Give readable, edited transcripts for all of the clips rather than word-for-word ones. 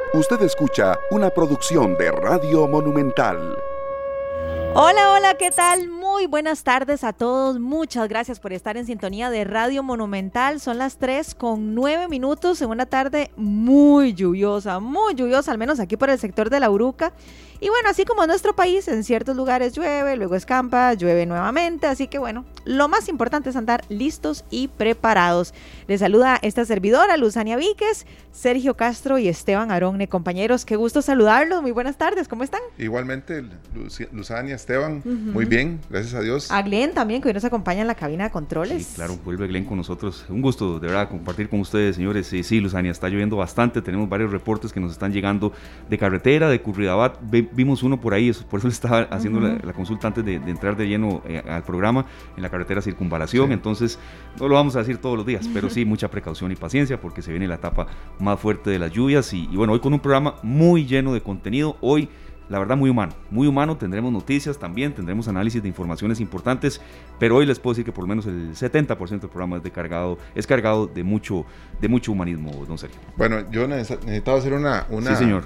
Usted escucha una producción de Radio Monumental. Hola, hola, ¿qué tal? Muy buenas tardes a todos. Muchas gracias por estar en sintonía de Radio Monumental. Son las 3:09 en una tarde muy lluviosa, al menos aquí por el sector de La Uruca. Y bueno, así como en nuestro país, en ciertos lugares llueve, luego escampa, llueve nuevamente. Así que bueno, lo más importante es andar listos y preparados. Les saluda esta servidora, Luzania Víquez, Sergio Castro y Esteban Aronne. Compañeros, qué gusto saludarlos. Muy buenas tardes, ¿cómo están? Igualmente, Luzania, Esteban, muy bien, gracias a Dios. A Glenn también, que hoy nos acompaña en la cabina de controles. Sí, claro, vuelve Glenn con nosotros. Un gusto, de verdad, compartir con ustedes, señores. Sí, Luzania, está lloviendo bastante. Tenemos varios reportes que nos están llegando de carretera, de Curridabat. Vimos uno por ahí, por eso le estaba haciendo la consulta antes de entrar de lleno al programa, en la carretera Circunvalación. Sí. Entonces, no lo vamos a decir todos los días, pero sí, mucha precaución y paciencia, porque se viene la etapa más fuerte de las lluvias. Y bueno, hoy con un programa muy lleno de contenido. Hoy, la verdad, muy humano, tendremos noticias también, tendremos análisis de informaciones importantes, pero hoy les puedo decir que por lo menos el 70% del programa es cargado de mucho humanismo, don Sergio. Bueno, yo necesitaba hacer Sí, señor.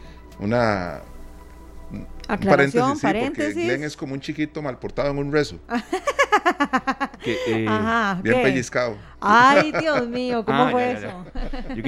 Aclaración, paréntesis. Porque Glenn es como un chiquito mal portado en un rezo. Bien ¿qué? Pellizcado. Ay, Dios mío, ¿cómo fue eso? Yo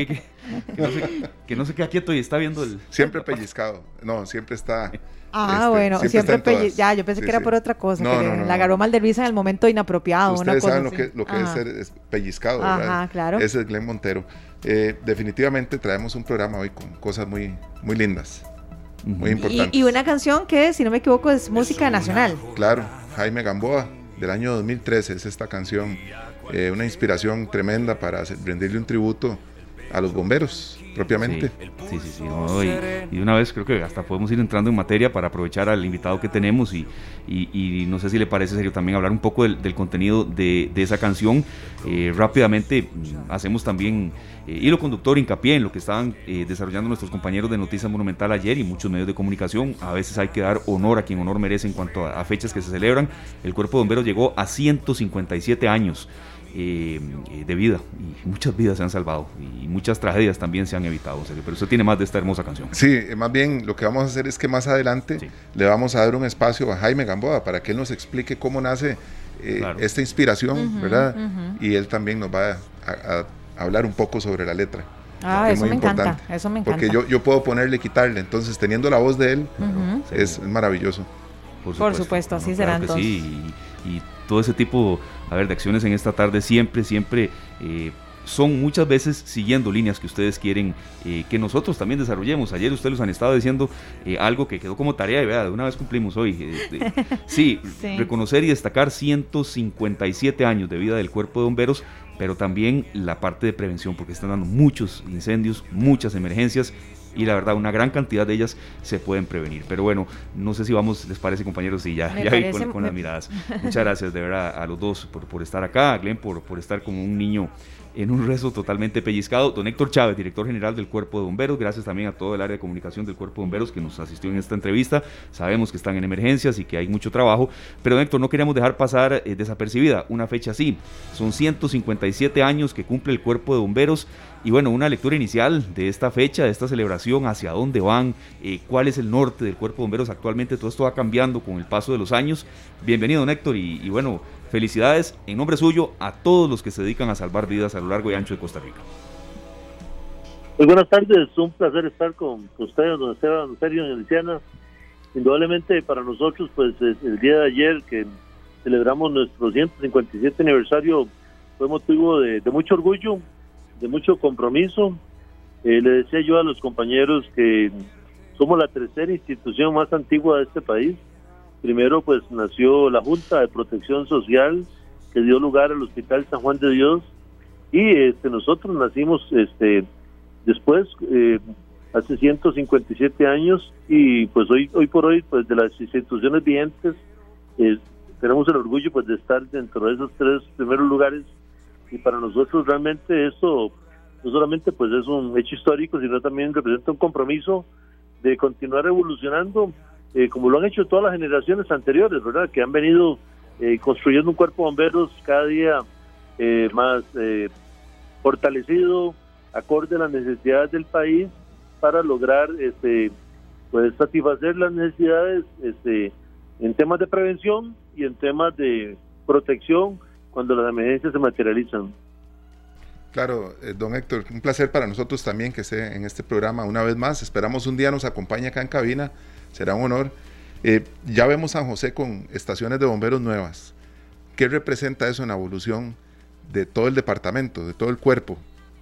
que no se queda quieto y está viendo el... Siempre pellizcado. No, siempre está... bueno, siempre pellizcado. Yo pensé que era por otra cosa. No, le agarró mal de risa en el momento inapropiado. Ustedes saben así. lo que es ser pellizcado, ¿verdad? Claro. Ese es Glenn Montero. Definitivamente traemos un programa hoy con cosas muy, muy lindas. Muy importantes. Y una canción que, si no me equivoco, es música nacional. Claro, Jaime Gamboa, del año 2013 es esta canción, una inspiración tremenda para rendirle un tributo a los bomberos, propiamente. Sí, no, y de una vez creo que hasta podemos ir entrando en materia para aprovechar al invitado que tenemos y no sé si le parece, Sergio, también hablar un poco del contenido de esa canción. Rápidamente hacemos también hilo conductor, hincapié en lo que estaban desarrollando nuestros compañeros de Noticias Monumental ayer y muchos medios de comunicación. A veces hay que dar honor a quien honor merece en cuanto a fechas que se celebran. El Cuerpo de Bomberos llegó a 157 años de vida, y muchas vidas se han salvado y muchas tragedias también se han evitado, pero usted tiene más de esta hermosa canción. Sí, más bien lo que vamos a hacer es que más adelante le vamos a dar un espacio a Jaime Gamboa para que él nos explique cómo nace esta inspiración, ¿verdad? Y él también nos va a hablar un poco sobre la letra. Eso me encanta, porque yo puedo ponerle y quitarle, entonces teniendo la voz de él es maravilloso. Por supuesto, así será entonces. Sí, y todo ese tipo de acciones en esta tarde siempre son muchas veces siguiendo líneas que ustedes quieren que nosotros también desarrollemos. Ayer ustedes los han estado diciendo algo que quedó como tarea y vea, de una vez cumplimos hoy. Sí, reconocer y destacar 157 años de vida del Cuerpo de Bomberos, pero también la parte de prevención, porque están dando muchos incendios, muchas emergencias, y la verdad una gran cantidad de ellas se pueden prevenir. Pero bueno, no sé si vamos, les parece, compañeros, sí, ya vi con las miradas. Muchas gracias de verdad a los dos por estar acá, a Glenn por estar como un niño en un rezo totalmente pellizcado. Don Héctor Chávez, director general del Cuerpo de Bomberos, gracias también a todo el área de comunicación del Cuerpo de Bomberos que nos asistió en esta entrevista. Sabemos que están en emergencias y que hay mucho trabajo, pero don Héctor, no queríamos dejar pasar desapercibida una fecha así. Son 157 años que cumple el Cuerpo de Bomberos. Y bueno, una lectura inicial de esta fecha, de esta celebración, hacia dónde van, cuál es el norte del Cuerpo de Bomberos actualmente. Todo esto va cambiando con el paso de los años. Bienvenido, don Héctor, y bueno, felicidades en nombre suyo a todos los que se dedican a salvar vidas a lo largo y ancho de Costa Rica. Muy buenas tardes, un placer estar con ustedes, don Esteban, don Sergio y Luciana. Indudablemente para nosotros, pues el día de ayer que celebramos nuestro 157 aniversario fue motivo de mucho orgullo, de mucho compromiso. Le decía yo a los compañeros que somos la tercera institución más antigua de este país. Primero pues nació la Junta de Protección Social, que dio lugar al Hospital San Juan de Dios, y nosotros nacimos después, hace 157 años, y pues hoy por hoy, pues de las instituciones vigentes, tenemos el orgullo pues de estar dentro de esos tres primeros lugares. Y para nosotros realmente esto no solamente pues es un hecho histórico, sino también representa un compromiso de continuar evolucionando, como lo han hecho todas las generaciones anteriores, ¿verdad? Que han venido construyendo un cuerpo de bomberos cada día más fortalecido, acorde a las necesidades del país, para lograr pues satisfacer las necesidades en temas de prevención y en temas de protección cuando las emergencias se materializan. Claro, don Héctor, un placer para nosotros también que esté en este programa una vez más. Esperamos un día nos acompañe acá en cabina, será un honor. Ya vemos San José con estaciones de bomberos nuevas. ¿Qué representa eso en la evolución de todo el departamento, de todo el cuerpo?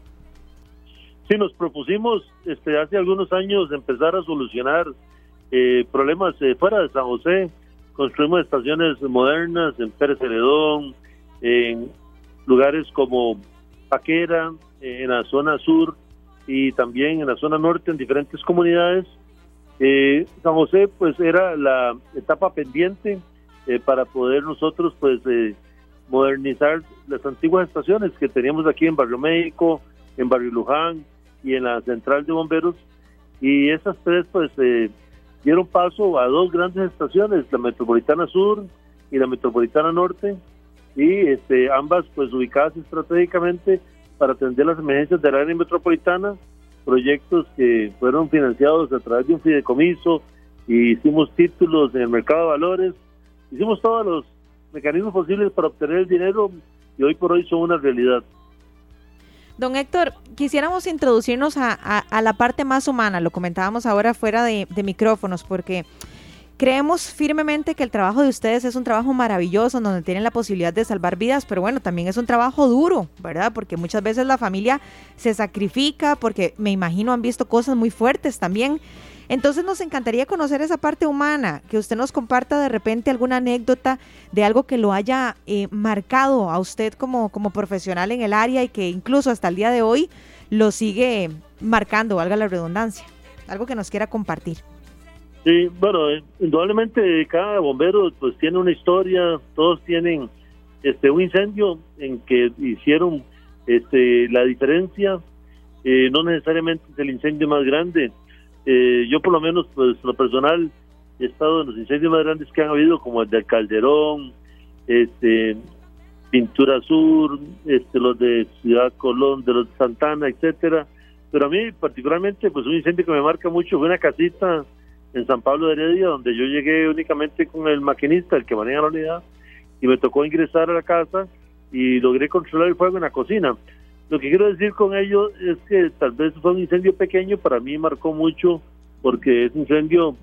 Sí, nos propusimos hace algunos años empezar a solucionar problemas fuera de San José. Construimos estaciones modernas en Pérez Celedón, en lugares como Paquera, en la zona sur y también en la zona norte, en diferentes comunidades. San José pues era la etapa pendiente para poder nosotros pues modernizar las antiguas estaciones que teníamos aquí en Barrio México, en Barrio Luján y en la central de bomberos, y esas tres pues dieron paso a dos grandes estaciones, la Metropolitana Sur y la Metropolitana Norte, y ambas pues ubicadas estratégicamente para atender las emergencias del área metropolitana, proyectos que fueron financiados a través de un fideicomiso, y hicimos títulos en el mercado de valores, hicimos todos los mecanismos posibles para obtener el dinero, y hoy por hoy son una realidad. Don Héctor, quisiéramos introducirnos a la parte más humana, lo comentábamos ahora fuera de micrófonos, porque creemos firmemente que el trabajo de ustedes es un trabajo maravilloso, donde tienen la posibilidad de salvar vidas, pero bueno, también es un trabajo duro, ¿verdad? Porque muchas veces la familia se sacrifica, porque me imagino han visto cosas muy fuertes también. Entonces nos encantaría conocer esa parte humana, que usted nos comparta de repente alguna anécdota de algo que lo haya marcado a usted como profesional en el área y que incluso hasta el día de hoy lo sigue marcando, valga la redundancia. Algo que nos quiera compartir. Sí, bueno, indudablemente cada bombero pues tiene una historia, todos tienen un incendio en que hicieron la diferencia, no necesariamente es el incendio más grande. Yo por lo menos, pues lo personal, he estado en los incendios más grandes que han habido, como el del Calderón, Pintura Sur, los de Ciudad Colón, de los de Santana, etcétera. Pero a mí particularmente, pues un incendio que me marca mucho fue una casita en San Pablo de Heredia, donde yo llegué únicamente con el maquinista, el que maneja la unidad, y me tocó ingresar a la casa y logré controlar el fuego en la cocina. Lo que quiero decir con ello es que tal vez fue un incendio pequeño, para mí marcó mucho, porque ese incendio,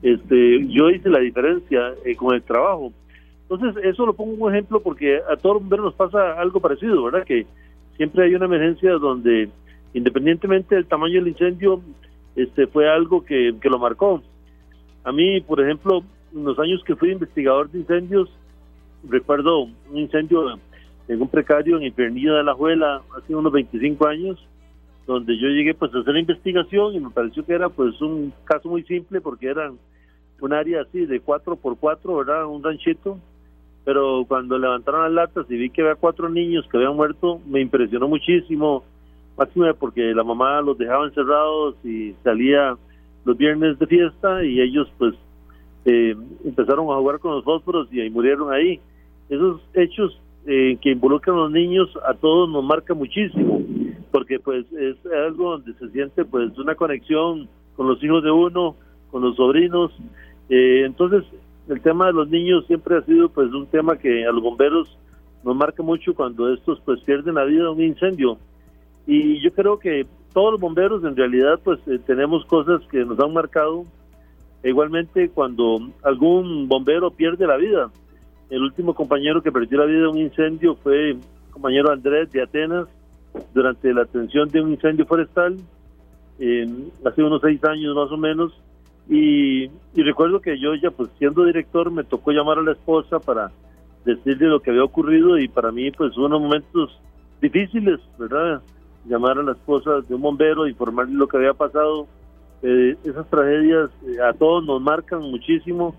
yo hice la diferencia con el trabajo. Entonces, eso lo pongo como ejemplo porque a todos los bomberos nos pasa algo parecido, ¿verdad? Que siempre hay una emergencia donde, independientemente del tamaño del incendio, fue algo que lo marcó. A mí, por ejemplo, en los años que fui investigador de incendios, recuerdo un incendio en un precario en Infernillo de Alajuela hace unos 25 años, donde yo llegué pues a hacer la investigación y me pareció que era pues un caso muy simple porque era un área así de 4x4, ¿verdad? Un ranchito, pero cuando levantaron las latas y vi que había 4 niños que habían muerto, me impresionó muchísimo, máximo porque la mamá los dejaba encerrados y salía los viernes de fiesta y ellos pues empezaron a jugar con los fósforos y ahí murieron ahí. Esos hechos que involucran a los niños a todos nos marca muchísimo, porque pues es algo donde se siente pues una conexión con los hijos de uno, con los sobrinos. Entonces el tema de los niños siempre ha sido pues un tema que a los bomberos nos marca mucho cuando estos pues pierden la vida en un incendio. Y yo creo que todos los bomberos en realidad pues tenemos cosas que nos han marcado. Igualmente cuando algún bombero pierde la vida, el último compañero que perdió la vida en un incendio fue el compañero Andrés de Atenas durante la atención de un incendio forestal hace unos 6 años más o menos, y recuerdo que yo ya pues siendo director me tocó llamar a la esposa para decirle lo que había ocurrido, y para mí pues unos momentos difíciles, ¿verdad? Llamar a la esposa de un bombero, informarle lo que había pasado. Esas tragedias a todos nos marcan muchísimo,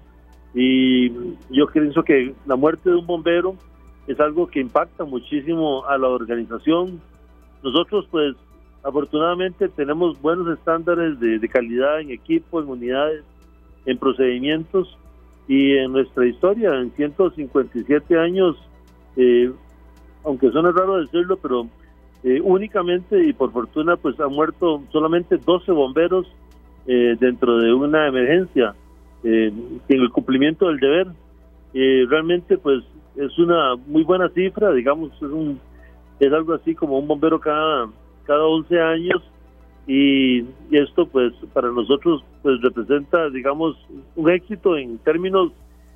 y yo pienso que la muerte de un bombero es algo que impacta muchísimo a la organización. Nosotros pues afortunadamente tenemos buenos estándares de calidad en equipo, en unidades, en procedimientos, y en nuestra historia, en 157 años, aunque suena raro decirlo, pero únicamente, y por fortuna, pues han muerto solamente 12 bomberos dentro de una emergencia, en el cumplimiento del deber. Realmente, pues, es una muy buena cifra, digamos, es algo así como un bombero cada 11 años, y esto, pues, para nosotros, pues, representa, digamos, un éxito en términos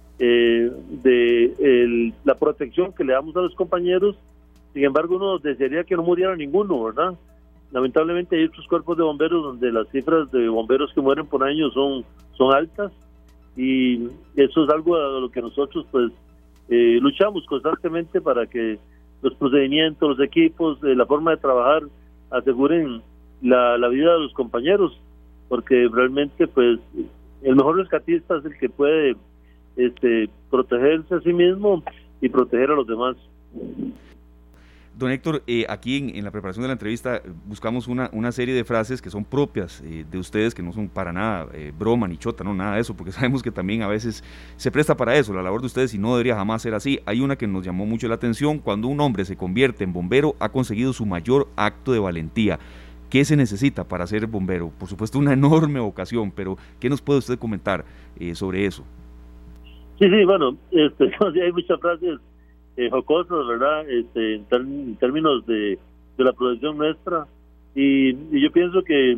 de la protección que le damos a los compañeros. Sin embargo, uno desearía que no muriera ninguno, ¿verdad? Lamentablemente hay otros cuerpos de bomberos donde las cifras de bomberos que mueren por año son altas, y eso es algo a lo que nosotros, pues, luchamos constantemente para que los procedimientos, los equipos, la forma de trabajar aseguren la vida de los compañeros, porque realmente, pues, el mejor rescatista es el que puede protegerse a sí mismo y proteger a los demás. Don Héctor, aquí en la preparación de la entrevista buscamos una serie de frases que son propias de ustedes, que no son para nada broma ni chota, no, nada de eso, porque sabemos que también a veces se presta para eso, la labor de ustedes, y no debería jamás ser así. Hay una que nos llamó mucho la atención: cuando un hombre se convierte en bombero, ha conseguido su mayor acto de valentía. ¿Qué se necesita para ser bombero? Por supuesto, una enorme vocación, pero ¿qué nos puede usted comentar sobre eso? Sí, bueno, hay muchas frases jocosas, ¿verdad? En términos de la protección nuestra, y yo pienso que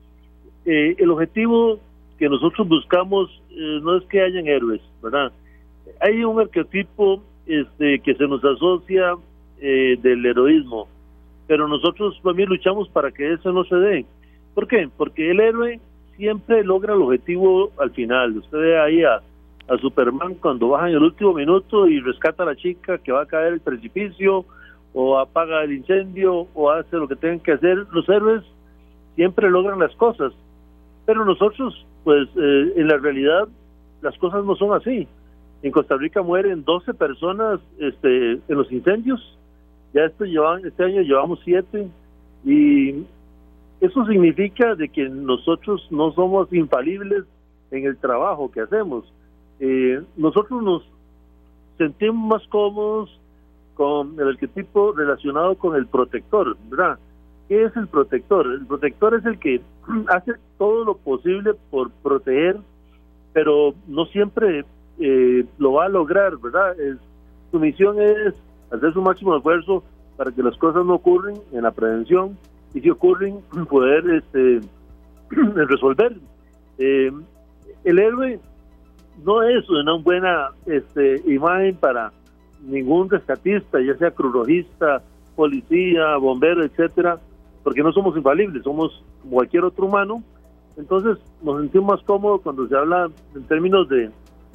el objetivo que nosotros buscamos no es que hayan héroes, ¿verdad? Hay un arquetipo que se nos asocia del heroísmo, pero nosotros también luchamos para que eso no se dé. ¿Por qué? Porque el héroe siempre logra el objetivo al final. Usted ve ahí a Superman cuando baja en el último minuto y rescata a la chica que va a caer el precipicio, o apaga el incendio, o hace lo que tengan que hacer. Los héroes siempre logran las cosas, pero nosotros, pues, en la realidad las cosas no son así. En Costa Rica mueren 12 personas en los incendios. Ya este año llevamos 7, y eso significa de que nosotros no somos infalibles en el trabajo que hacemos. Nosotros nos sentimos más cómodos con el arquetipo relacionado con el protector, ¿verdad? ¿Qué es el protector? El protector es el que hace todo lo posible por proteger, pero no siempre lo va a lograr, ¿verdad? Su misión es hacer su máximo esfuerzo para que las cosas no ocurran en la prevención, y si ocurren, poder resolver. El héroe no es una buena imagen para ningún rescatista, ya sea cruzrojista, policía, bombero, etcétera, porque no somos infalibles, somos como cualquier otro humano. Entonces nos sentimos más cómodos cuando se habla en términos de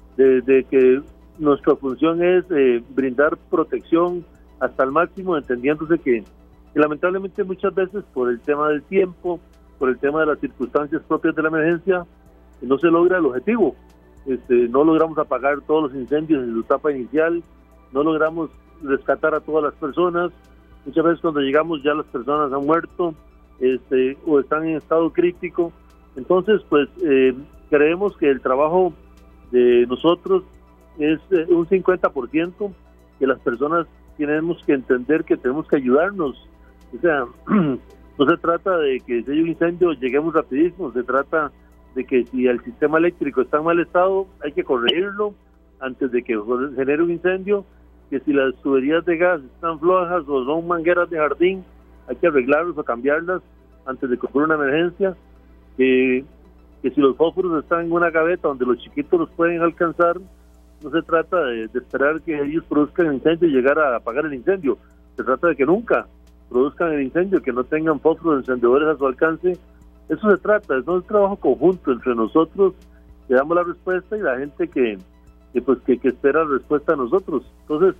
que nuestra función es brindar protección hasta el máximo, entendiéndose que lamentablemente muchas veces, por el tema del tiempo, por el tema de las circunstancias propias de la emergencia, no se logra el objetivo. No logramos apagar todos los incendios en su etapa inicial, no logramos rescatar a todas las personas. Muchas veces cuando llegamos ya las personas han muerto o están en estado crítico. Entonces, pues, creemos que el trabajo de nosotros es un 50%, que las personas tenemos que entender que tenemos que ayudarnos. O sea, no se trata de que si hay un incendio lleguemos rapidísimo, se trata de que si el sistema eléctrico está en mal estado, hay que corregirlo antes de que genere un incendio, que si las tuberías de gas están flojas o son mangueras de jardín, hay que arreglarlas o cambiarlas antes de que ocurra una emergencia, que si los fósforos están en una gaveta donde los chiquitos los pueden alcanzar, no se trata de esperar que ellos produzcan el incendio y llegar a apagar el incendio, se trata de que nunca produzcan el incendio, que no tengan fósforos encendedores a su alcance. Eso se trata, es un trabajo conjunto entre nosotros que damos la respuesta y la gente que espera la respuesta a nosotros. Entonces,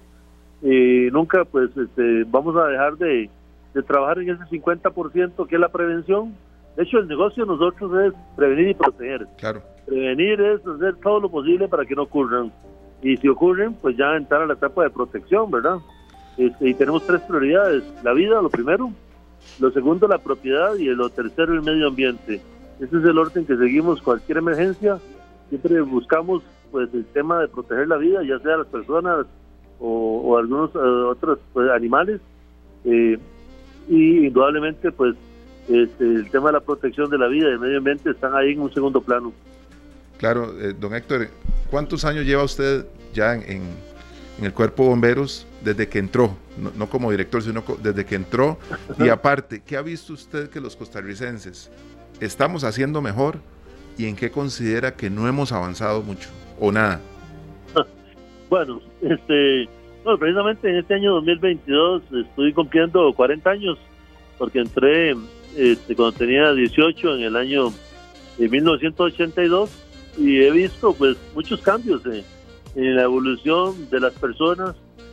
nunca pues vamos a dejar de trabajar en ese 50% que es la prevención. De hecho, el negocio de nosotros es prevenir y proteger. Claro. Prevenir es hacer todo lo posible para que no ocurran. Y si ocurren, pues ya entrar a la etapa de protección, ¿verdad? Y tenemos 3 prioridades: la vida, lo primero; lo segundo, la propiedad; y lo tercero, el medio ambiente. Ese es el orden que seguimos cualquier emergencia. Siempre buscamos pues el tema de proteger la vida, ya sea las personas o algunos otros pues, animales. y indudablemente pues el tema de la protección de la vida y del medio ambiente están ahí en un segundo plano. Claro, don Héctor, ¿cuántos años lleva usted ya en el Cuerpo de Bomberos desde que entró? No como director, sino desde que entró. Y aparte, ¿qué ha visto usted que los costarricenses estamos haciendo mejor y en qué considera que no hemos avanzado mucho o nada? Bueno, precisamente en este año 2022 estoy cumpliendo 40 años, porque entré cuando tenía 18 en el año 1982 y he visto pues muchos cambios en la evolución de las personas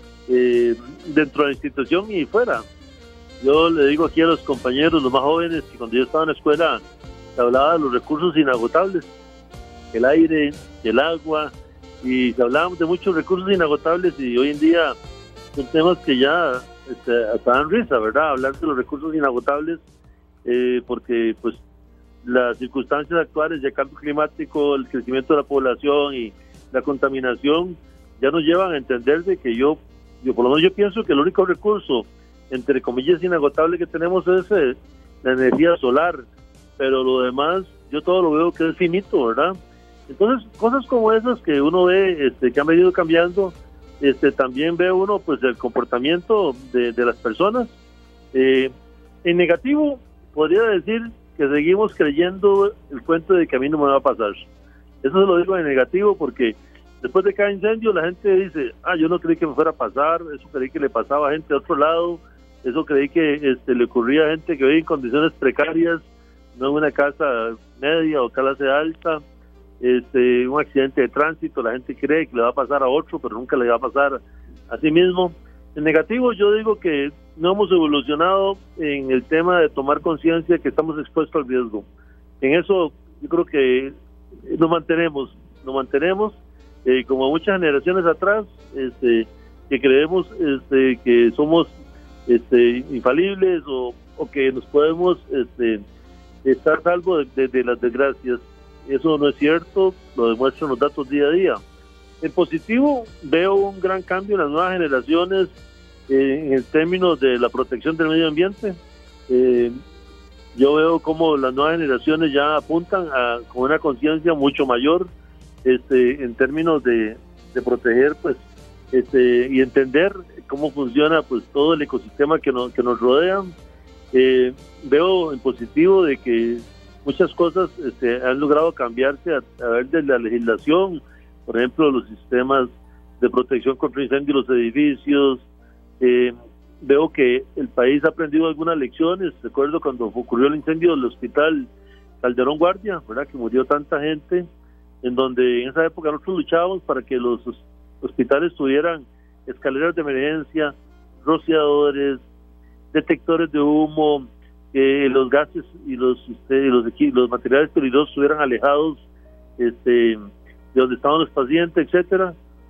dentro de la institución y fuera. Yo le digo aquí a los compañeros, los más jóvenes, que cuando yo estaba en la escuela se hablaba de los recursos inagotables, el aire, el agua, y se hablábamos de muchos recursos inagotables, y hoy en día son temas que ya hasta dan risa, ¿verdad? Hablar de los recursos inagotables, porque pues las circunstancias actuales de cambio climático, el crecimiento de la población y la contaminación ya nos llevan a entender de que yo por lo menos yo pienso que el único recurso, entre comillas, inagotable que tenemos es la energía solar, pero lo demás yo todo lo veo que es finito, ¿verdad? Entonces cosas como esas que uno ve que han venido cambiando, también ve uno pues el comportamiento de las personas. En negativo podría decir que seguimos creyendo el cuento de que a mí no me va a pasar. Eso se lo digo en negativo porque después de cada incendio la gente dice, yo no creí que me fuera a pasar, eso creí que le pasaba a gente de otro lado, eso creí que le ocurría a gente que vive en condiciones precarias, no en una casa media o clase alta, un accidente de tránsito, la gente cree que le va a pasar a otro, pero nunca le va a pasar a sí mismo. En negativo yo digo que no hemos evolucionado en el tema de tomar conciencia que estamos expuestos al riesgo. En eso yo creo que nos mantenemos como muchas generaciones atrás, que creemos que somos infalibles o que nos podemos estar salvo de las desgracias. Eso no es cierto, lo demuestran los datos día a día. En positivo, veo un gran cambio en las nuevas generaciones en el término de la protección del medio ambiente. Yo veo como las nuevas generaciones ya apuntan con una conciencia mucho mayor en términos de proteger pues y entender cómo funciona pues todo el ecosistema que nos rodea. Veo en positivo de que muchas cosas han logrado cambiarse a través de la legislación, por ejemplo los sistemas de protección contra incendios en los edificios. Veo que el país ha aprendido algunas lecciones. Recuerdo cuando ocurrió el incendio del hospital Calderón Guardia, ¿verdad?, que murió tanta gente, en donde en esa época nosotros luchábamos para que los hospitales tuvieran escaleras de emergencia, rociadores, detectores de humo, que los gases y los materiales peligrosos estuvieran alejados de donde estaban los pacientes, etcétera.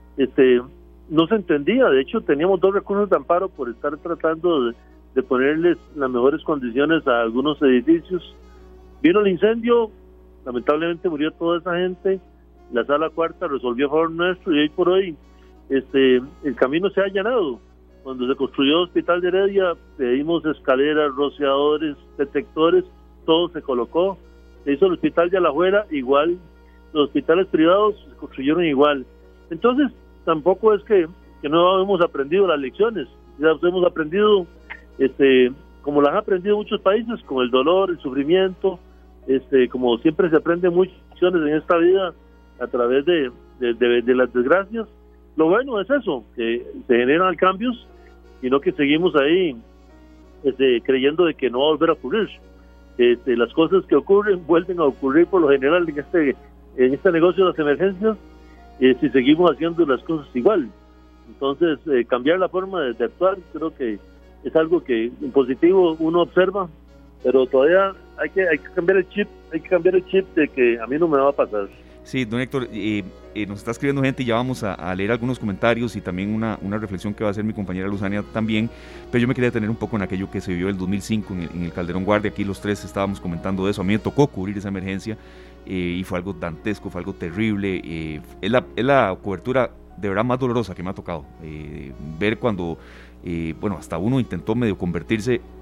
No se entendía. De hecho teníamos 2 recursos de amparo por estar tratando de ponerles las mejores condiciones a algunos edificios. Vino el incendio, lamentablemente murió toda esa gente, la sala cuarta resolvió a favor nuestro y hoy por hoy el camino se ha allanado. Cuando se construyó el hospital de Heredia pedimos escaleras, rociadores, detectores, todo se colocó. Se hizo el hospital de Alajuela igual, los hospitales privados se construyeron igual. Entonces tampoco es que no hemos aprendido las lecciones, ya hemos aprendido como las han aprendido muchos países, con el dolor, el sufrimiento, como siempre se aprenden muchas lecciones en esta vida a través de las desgracias. Lo bueno es eso, que se generan cambios y no que seguimos ahí creyendo de que no va a volver a ocurrir. Las cosas que ocurren vuelven a ocurrir por lo general en este negocio de las emergencias, si seguimos haciendo las cosas igual. Entonces cambiar la forma de actuar creo que es algo que en positivo uno observa, pero todavía hay que cambiar el chip de que a mí no me va a pasar. Sí, don Héctor, nos está escribiendo gente y ya vamos a leer algunos comentarios y también una reflexión que va a hacer mi compañera Luzania también, pero yo me quería detener un poco en aquello que se vivió el 2005 en el Calderón Guardia. Aquí los 3 estábamos comentando de eso. A mí me tocó cubrir esa emergencia y fue algo dantesco, fue algo terrible. Es la cobertura de verdad más dolorosa que me ha tocado. Ver cuando, hasta uno intentó medio convertirse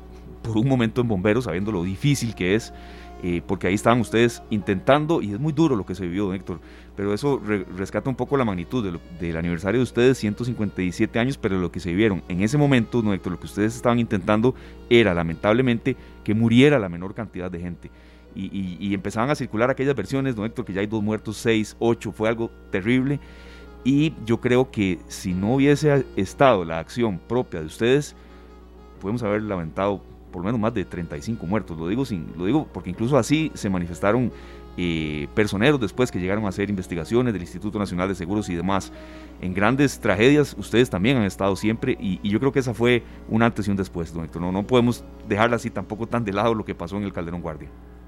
por un momento en bomberos, sabiendo lo difícil que es, porque ahí estaban ustedes intentando, y es muy duro lo que se vivió, don Héctor, pero eso rescata un poco la magnitud del aniversario de ustedes, 157 años, pero lo que se vivieron en ese momento, don Héctor, lo que ustedes estaban intentando era, lamentablemente, que muriera la menor cantidad de gente. Y empezaban a circular aquellas versiones, don Héctor, que ya hay 2 muertos, 6, 8, fue algo terrible. Y yo creo que si no hubiese estado la acción propia de ustedes, podemos haber lamentado por lo menos más de 35 muertos. Lo digo porque incluso así se manifestaron personeros después que llegaron a hacer investigaciones del Instituto Nacional de Seguros y demás. En grandes tragedias ustedes también han estado siempre, y yo creo que esa fue un antes y un después, don Héctor. No podemos dejarla así tampoco tan de lado lo que pasó en el Calderón Guardia.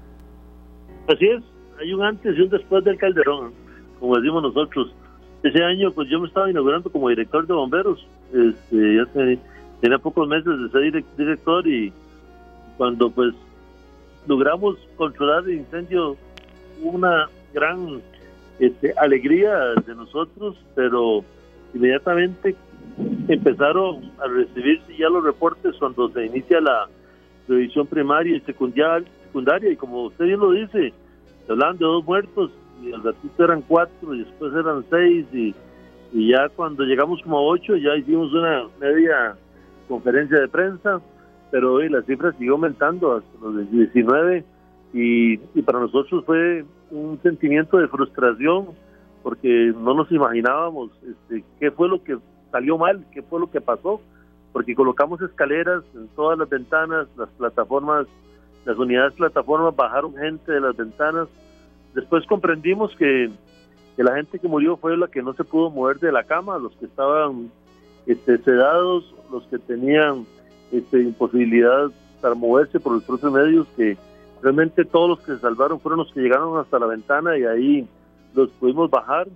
Así es, hay un antes y un después del Calderón, como decimos nosotros. Ese año pues yo me estaba inaugurando como director de bomberos, ya tenía pocos meses de ser director, y cuando pues logramos controlar el incendio, hubo una gran alegría de nosotros, pero inmediatamente empezaron a recibirse ya los reportes cuando se inicia la revisión primaria y secundaria, y como usted bien lo dice, hablaban de 2 muertos, y al ratito eran 4, y después eran 6, y ya cuando llegamos como a 8, ya hicimos una media conferencia de prensa, pero hoy la cifra siguió aumentando hasta los 19, y para nosotros fue un sentimiento de frustración, porque no nos imaginábamos qué fue lo que salió mal, qué fue lo que pasó, porque colocamos escaleras en todas las ventanas, las plataformas, las unidades plataformas, bajaron gente de las ventanas. Después comprendimos que la gente que murió fue la que no se pudo mover de la cama, los que estaban sedados, los que tenían imposibilidad para moverse por los propios medios, que realmente todos los que se salvaron fueron los que llegaron hasta la ventana, y ahí los pudimos bajar.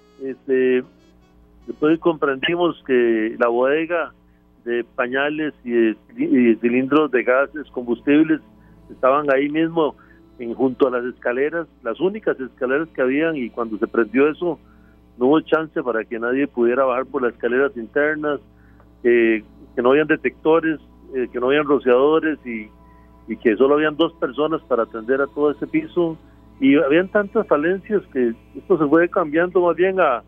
Después comprendimos que la bodega de pañales y de cilindros de gases combustibles estaban ahí mismo junto a las escaleras, las únicas escaleras que habían, y cuando se prendió eso no hubo chance para que nadie pudiera bajar por las escaleras internas, que no habían detectores, que no habían rociadores, y que solo habían 2 personas para atender a todo ese piso, y habían tantas falencias que esto se fue cambiando más bien a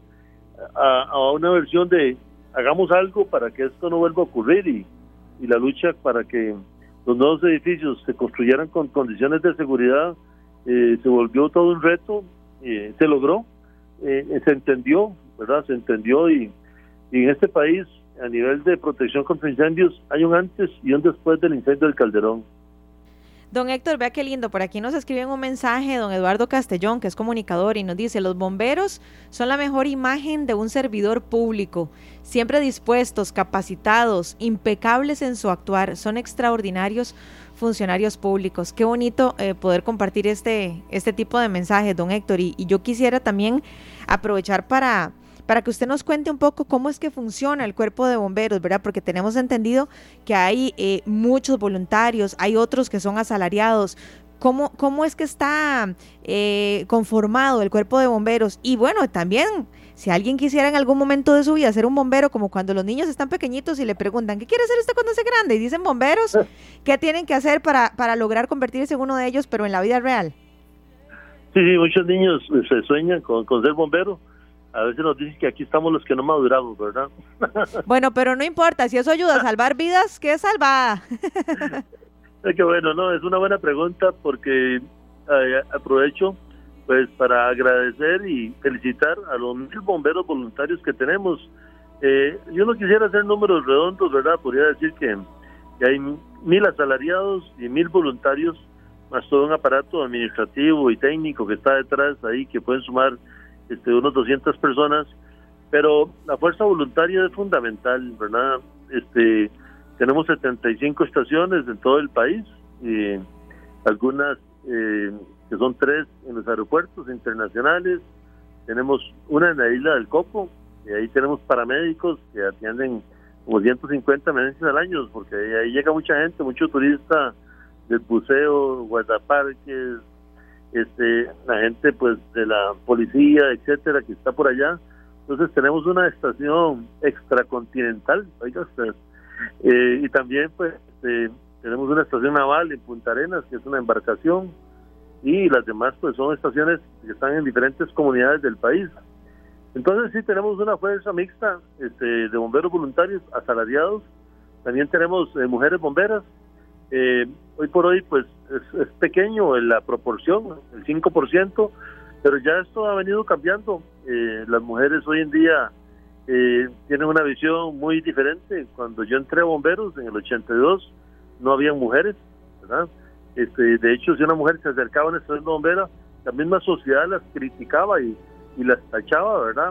una versión de hagamos algo para que esto no vuelva a ocurrir, y la lucha para que los nuevos edificios se construyeran con condiciones de seguridad se volvió todo un reto, se logró, se entendió, ¿verdad? Se entendió, y en este país, a nivel de protección contra incendios, hay un antes y un después del incendio del Calderón. Don Héctor, vea qué lindo, por aquí nos escriben un mensaje don Eduardo Castellón, que es comunicador, y nos dice: los bomberos son la mejor imagen de un servidor público, siempre dispuestos, capacitados, impecables en su actuar, son extraordinarios funcionarios públicos. Qué bonito poder compartir este tipo de mensajes, don Héctor, y yo quisiera también aprovechar para que usted nos cuente un poco cómo es que funciona el cuerpo de bomberos, ¿verdad? Porque tenemos entendido que hay muchos voluntarios, hay otros que son asalariados. ¿Cómo es que está conformado el cuerpo de bomberos? Y bueno, también, si alguien quisiera en algún momento de su vida ser un bombero, como cuando los niños están pequeñitos y le preguntan, ¿qué quiere ser usted cuando sea grande? Y dicen bomberos, ¿qué tienen que hacer para lograr convertirse en uno de ellos, pero en la vida real? Sí, muchos niños se sueñan con ser bombero. A veces nos dicen que aquí estamos los que no maduramos, ¿verdad? Bueno, pero no importa, si eso ayuda a salvar vidas, ¿qué salvada? Es que bueno, no, es una buena pregunta, porque aprovecho pues para agradecer y felicitar a los 1,000 bomberos voluntarios que tenemos. Yo no quisiera hacer números redondos, ¿verdad? Podría decir que hay 1,000 asalariados y 1,000 voluntarios, más todo un aparato administrativo y técnico que está detrás ahí, que pueden sumar unos 200 personas, pero la fuerza voluntaria es fundamental, ¿verdad? Tenemos 75 estaciones en todo el país, algunas que son 3 en los aeropuertos internacionales, tenemos una en la isla del Coco, y ahí tenemos paramédicos que atienden como 150 emergencias al año, porque ahí llega mucha gente, mucho turista del buceo, guardaparques, la gente pues de la policía, etcétera, que está por allá. Entonces tenemos una estación extracontinental, oiga usted, y también pues tenemos una estación naval en Punta Arenas, que es una embarcación, y las demás pues son estaciones que están en diferentes comunidades del país. Entonces sí tenemos una fuerza mixta de bomberos voluntarios asalariados, también tenemos mujeres bomberas. Hoy por hoy pues es pequeño en la proporción, el 5%, pero ya esto ha venido cambiando. Las mujeres hoy en día tienen una visión muy diferente. Cuando yo entré a bomberos en el 82 no había mujeres, ¿verdad? De hecho, si una mujer se acercaba a una estación de bombera, la misma sociedad las criticaba y las tachaba, ¿verdad?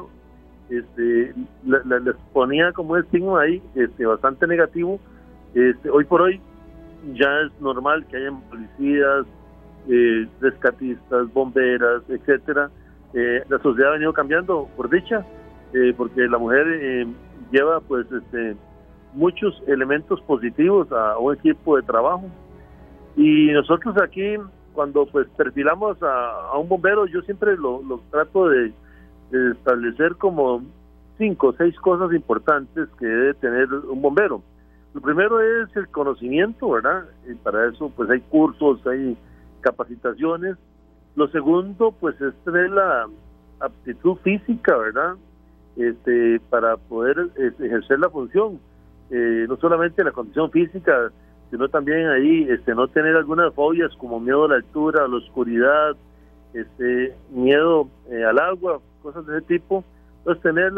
Les ponía como un estigma ahí bastante negativo. Hoy por hoy ya es normal que hayan policías, rescatistas, bomberas, etcétera. La sociedad ha venido cambiando, por dicha, porque la mujer lleva pues muchos elementos positivos a un equipo de trabajo. Y nosotros aquí, cuando pues perfilamos a un bombero, yo siempre lo trato de establecer como 5 o 6 cosas importantes que debe tener un bombero. Lo primero es el conocimiento, ¿verdad? Y para eso pues hay cursos, hay capacitaciones. Lo segundo pues es tener la aptitud física, ¿verdad? Para poder ejercer la función. No solamente la condición física, sino también ahí no tener algunas fobias como miedo a la altura, a la oscuridad, miedo al agua, cosas de ese tipo. Entonces tener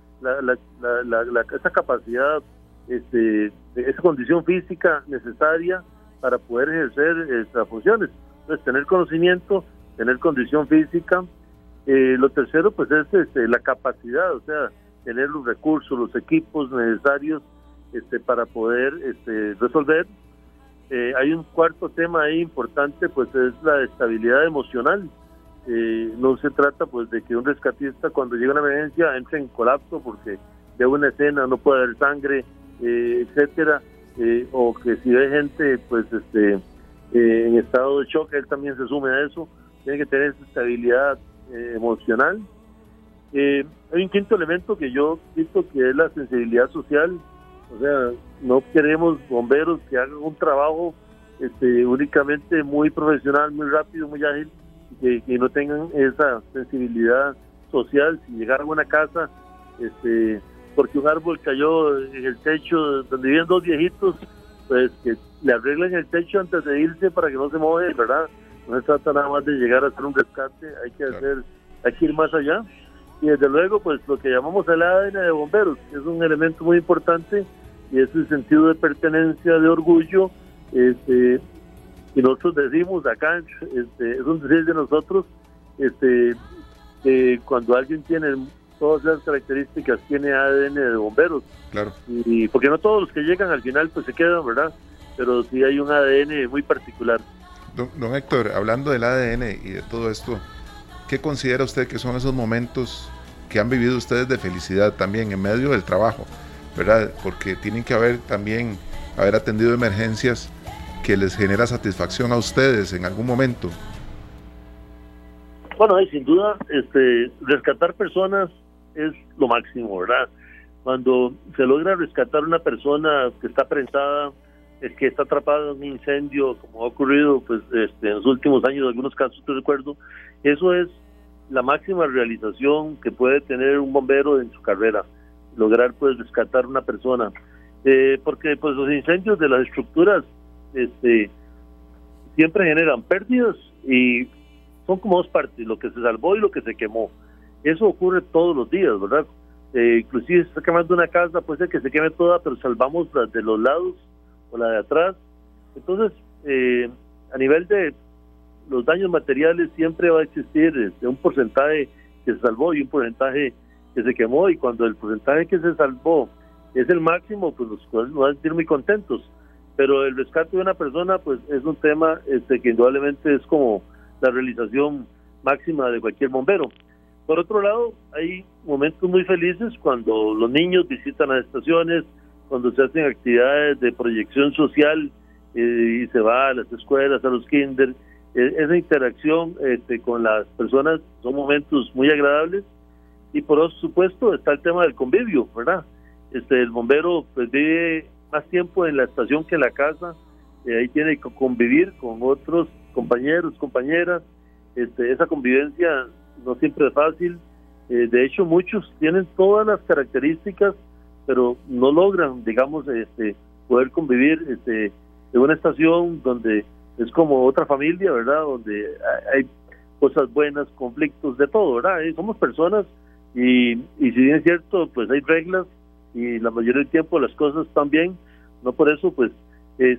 esa capacidad, esa condición física necesaria para poder ejercer estas funciones. Entonces tener conocimiento, tener condición física. Lo tercero pues es la capacidad, o sea, tener los recursos, los equipos necesarios para poder resolver. Hay un cuarto tema ahí importante, pues es la estabilidad emocional. No se trata pues de que un rescatista cuando llega una emergencia entre en colapso porque ve una escena, no puede haber sangre, etcétera, o que si ve gente pues en estado de shock, él también se sume a eso. Tiene que tener esa estabilidad emocional. Hay un quinto elemento que yo visto que es la sensibilidad social. O sea, no queremos bomberos que hagan un trabajo únicamente muy profesional, muy rápido, muy ágil, y que no tengan esa sensibilidad social. Si llegaran a una casa porque un árbol cayó en el techo donde viven 2 viejitos, pues que le arreglen el techo antes de irse para que no se mueve, ¿verdad? No se trata nada más de llegar a hacer un rescate, hay que ir más allá. Y desde luego, pues lo que llamamos el ADN de bomberos, que es un elemento muy importante, y es el sentido de pertenencia, de orgullo, y nosotros decimos acá, es un decir de nosotros, cuando alguien tiene todas las características, tiene ADN de bomberos. Claro. Y porque no todos los que llegan al final pues se quedan, ¿verdad? Pero sí hay un ADN muy particular. Don Héctor, hablando del ADN y de todo esto, ¿qué considera usted que son esos momentos que han vivido ustedes de felicidad también en medio del trabajo, ¿verdad? Porque tienen que haber atendido emergencias que les genera satisfacción a ustedes en algún momento. Bueno, y sin duda, rescatar personas es lo máximo, ¿verdad? Cuando se logra rescatar una persona que está prensada, que está atrapada en un incendio, como ha ocurrido pues en los últimos años, algunos casos te recuerdo, eso es la máxima realización que puede tener un bombero en su carrera, lograr pues rescatar una persona, porque pues los incendios de las estructuras siempre generan pérdidas y son como 2 partes, lo que se salvó y lo que se quemó. Eso ocurre todos los días, ¿verdad? Inclusive se está quemando una casa, puede ser que se queme toda, pero salvamos las de los lados o la de atrás. Entonces, a nivel de los daños materiales siempre va a existir un porcentaje que se salvó y un porcentaje que se quemó, y cuando el porcentaje que se salvó es el máximo, pues nos van a sentir muy contentos. Pero el rescate de una persona pues es un tema que indudablemente es como la realización máxima de cualquier bombero. Por otro lado, hay momentos muy felices cuando los niños visitan las estaciones, cuando se hacen actividades de proyección social y se va a las escuelas, a los kinder. Esa interacción con las personas son momentos muy agradables. Y por supuesto está el tema del convivio, ¿verdad? El bombero pues vive más tiempo en la estación que en la casa, ahí tiene que convivir con otros compañeros, compañeras. Esa convivencia no siempre es fácil. De hecho, muchos tienen todas las características, pero no logran, digamos, poder convivir en una estación donde es como otra familia, ¿verdad? Donde hay cosas buenas, conflictos, de todo, ¿verdad? Somos personas y si bien es cierto, pues hay reglas y la mayoría del tiempo las cosas están bien. No por eso, pues, es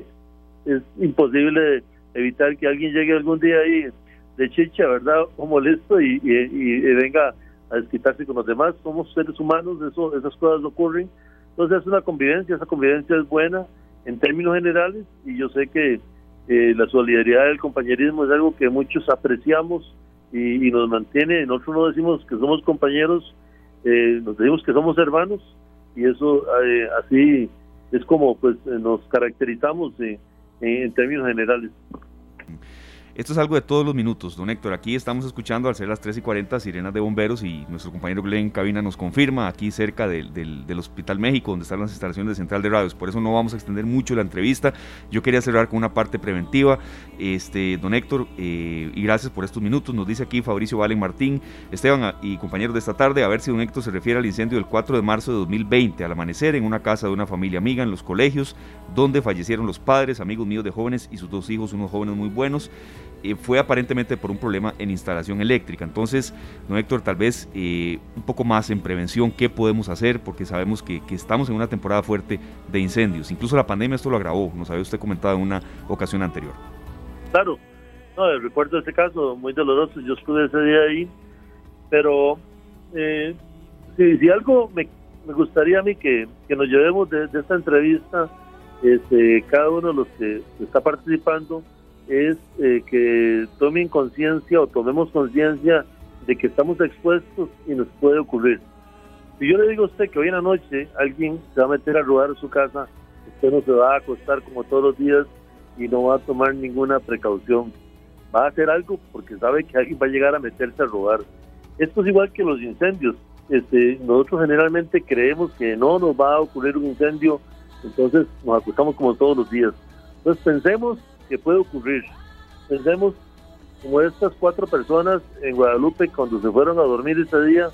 imposible evitar que alguien llegue algún día ahí de chicha, ¿verdad? O molesto y venga a desquitarse con los demás. Somos seres humanos, esas cosas ocurren. Entonces es una convivencia, esa convivencia es buena en términos generales, y yo sé que la solidaridad del compañerismo es algo que muchos apreciamos y nos mantiene. Nosotros no decimos que somos compañeros, nos decimos que somos hermanos, y eso así es como pues nos caracterizamos en términos generales. Esto es algo de todos los minutos, don Héctor. Aquí estamos escuchando, al ser las 3:40, sirenas de bomberos, y nuestro compañero Glenn Cabina nos confirma, aquí cerca del Hospital México, donde están las instalaciones de Central de Radios. Por eso no vamos a extender mucho la entrevista. Yo quería cerrar con una parte preventiva. Don Héctor, y gracias por estos minutos. Nos dice aquí Fabricio Valen Martín, Esteban y compañeros de esta tarde, a ver si don Héctor se refiere al incendio del 4 de marzo de 2020, al amanecer, en una casa de una familia amiga en Los Colegios, donde fallecieron los padres, amigos míos de jóvenes, y sus 2 hijos, unos jóvenes muy buenos. Fue aparentemente por un problema en instalación eléctrica. Entonces, don Héctor, tal vez un poco más en prevención, ¿qué podemos hacer? Porque sabemos que estamos en una temporada fuerte de incendios. Incluso la pandemia esto lo agravó, nos había usted comentado en una ocasión anterior. Claro, no, recuerdo este caso muy doloroso, yo estuve ese día ahí, pero si algo me gustaría a mí que nos llevemos de esta entrevista, cada uno de los que está participando, es que tomen conciencia o tomemos conciencia de que estamos expuestos y nos puede ocurrir. Si yo le digo a usted que hoy en la noche alguien se va a meter a robar su casa, usted no se va a acostar como todos los días y no va a tomar ninguna precaución. Va a hacer algo porque sabe que alguien va a llegar a meterse a robar. Esto es igual que los incendios. Nosotros generalmente creemos que no nos va a ocurrir un incendio, entonces nos acostamos como todos los días. Entonces pensemos que puede ocurrir. Pensemos como estas 4 personas en Guadalupe cuando se fueron a dormir ese día,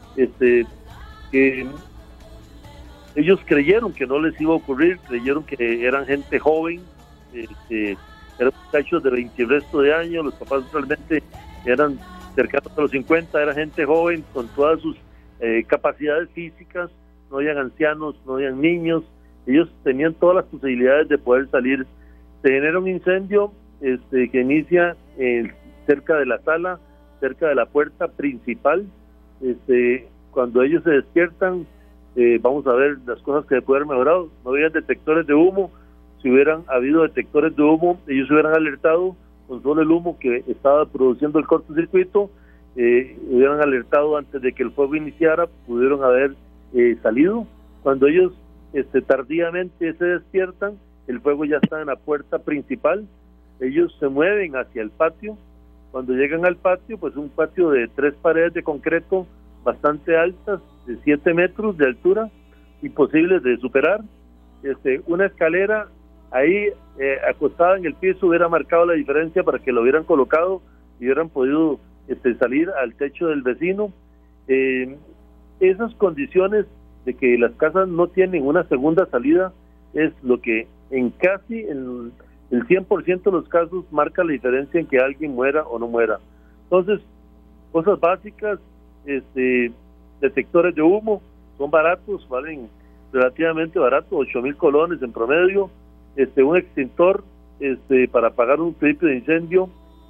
que ellos creyeron que no les iba a ocurrir, creyeron que eran gente joven, eran muchachos de 20 y resto de años, los papás realmente eran cercanos a los 50, era gente joven con todas sus capacidades físicas, no habían ancianos, no habían niños, ellos tenían todas las posibilidades de poder salir. Se genera un incendio que inicia cerca de la sala, cerca de la puerta principal. Cuando ellos se despiertan, vamos a ver las cosas que se pueden haber mejorado. No había detectores de humo. Si hubieran habido detectores de humo, ellos se hubieran alertado con solo el humo que estaba produciendo el cortocircuito, hubieran alertado antes de que el fuego iniciara, pudieron haber salido. Cuando ellos tardíamente se despiertan, el fuego ya está en la puerta principal, ellos se mueven hacia el patio. Cuando llegan al patio, pues un patio de 3 paredes de concreto bastante altas, de 7 metros de altura, imposibles de superar. Una escalera ahí acostada en el piso hubiera marcado la diferencia para que lo hubieran colocado y hubieran podido salir al techo del vecino. Esas condiciones de que las casas no tienen una segunda salida es lo que en casi el 100% de los casos marca la diferencia en que alguien muera o no muera. Entonces, cosas básicas, detectores de humo, son baratos, valen relativamente barato, 8,000 colones en promedio, un extintor para apagar un principio de incendio,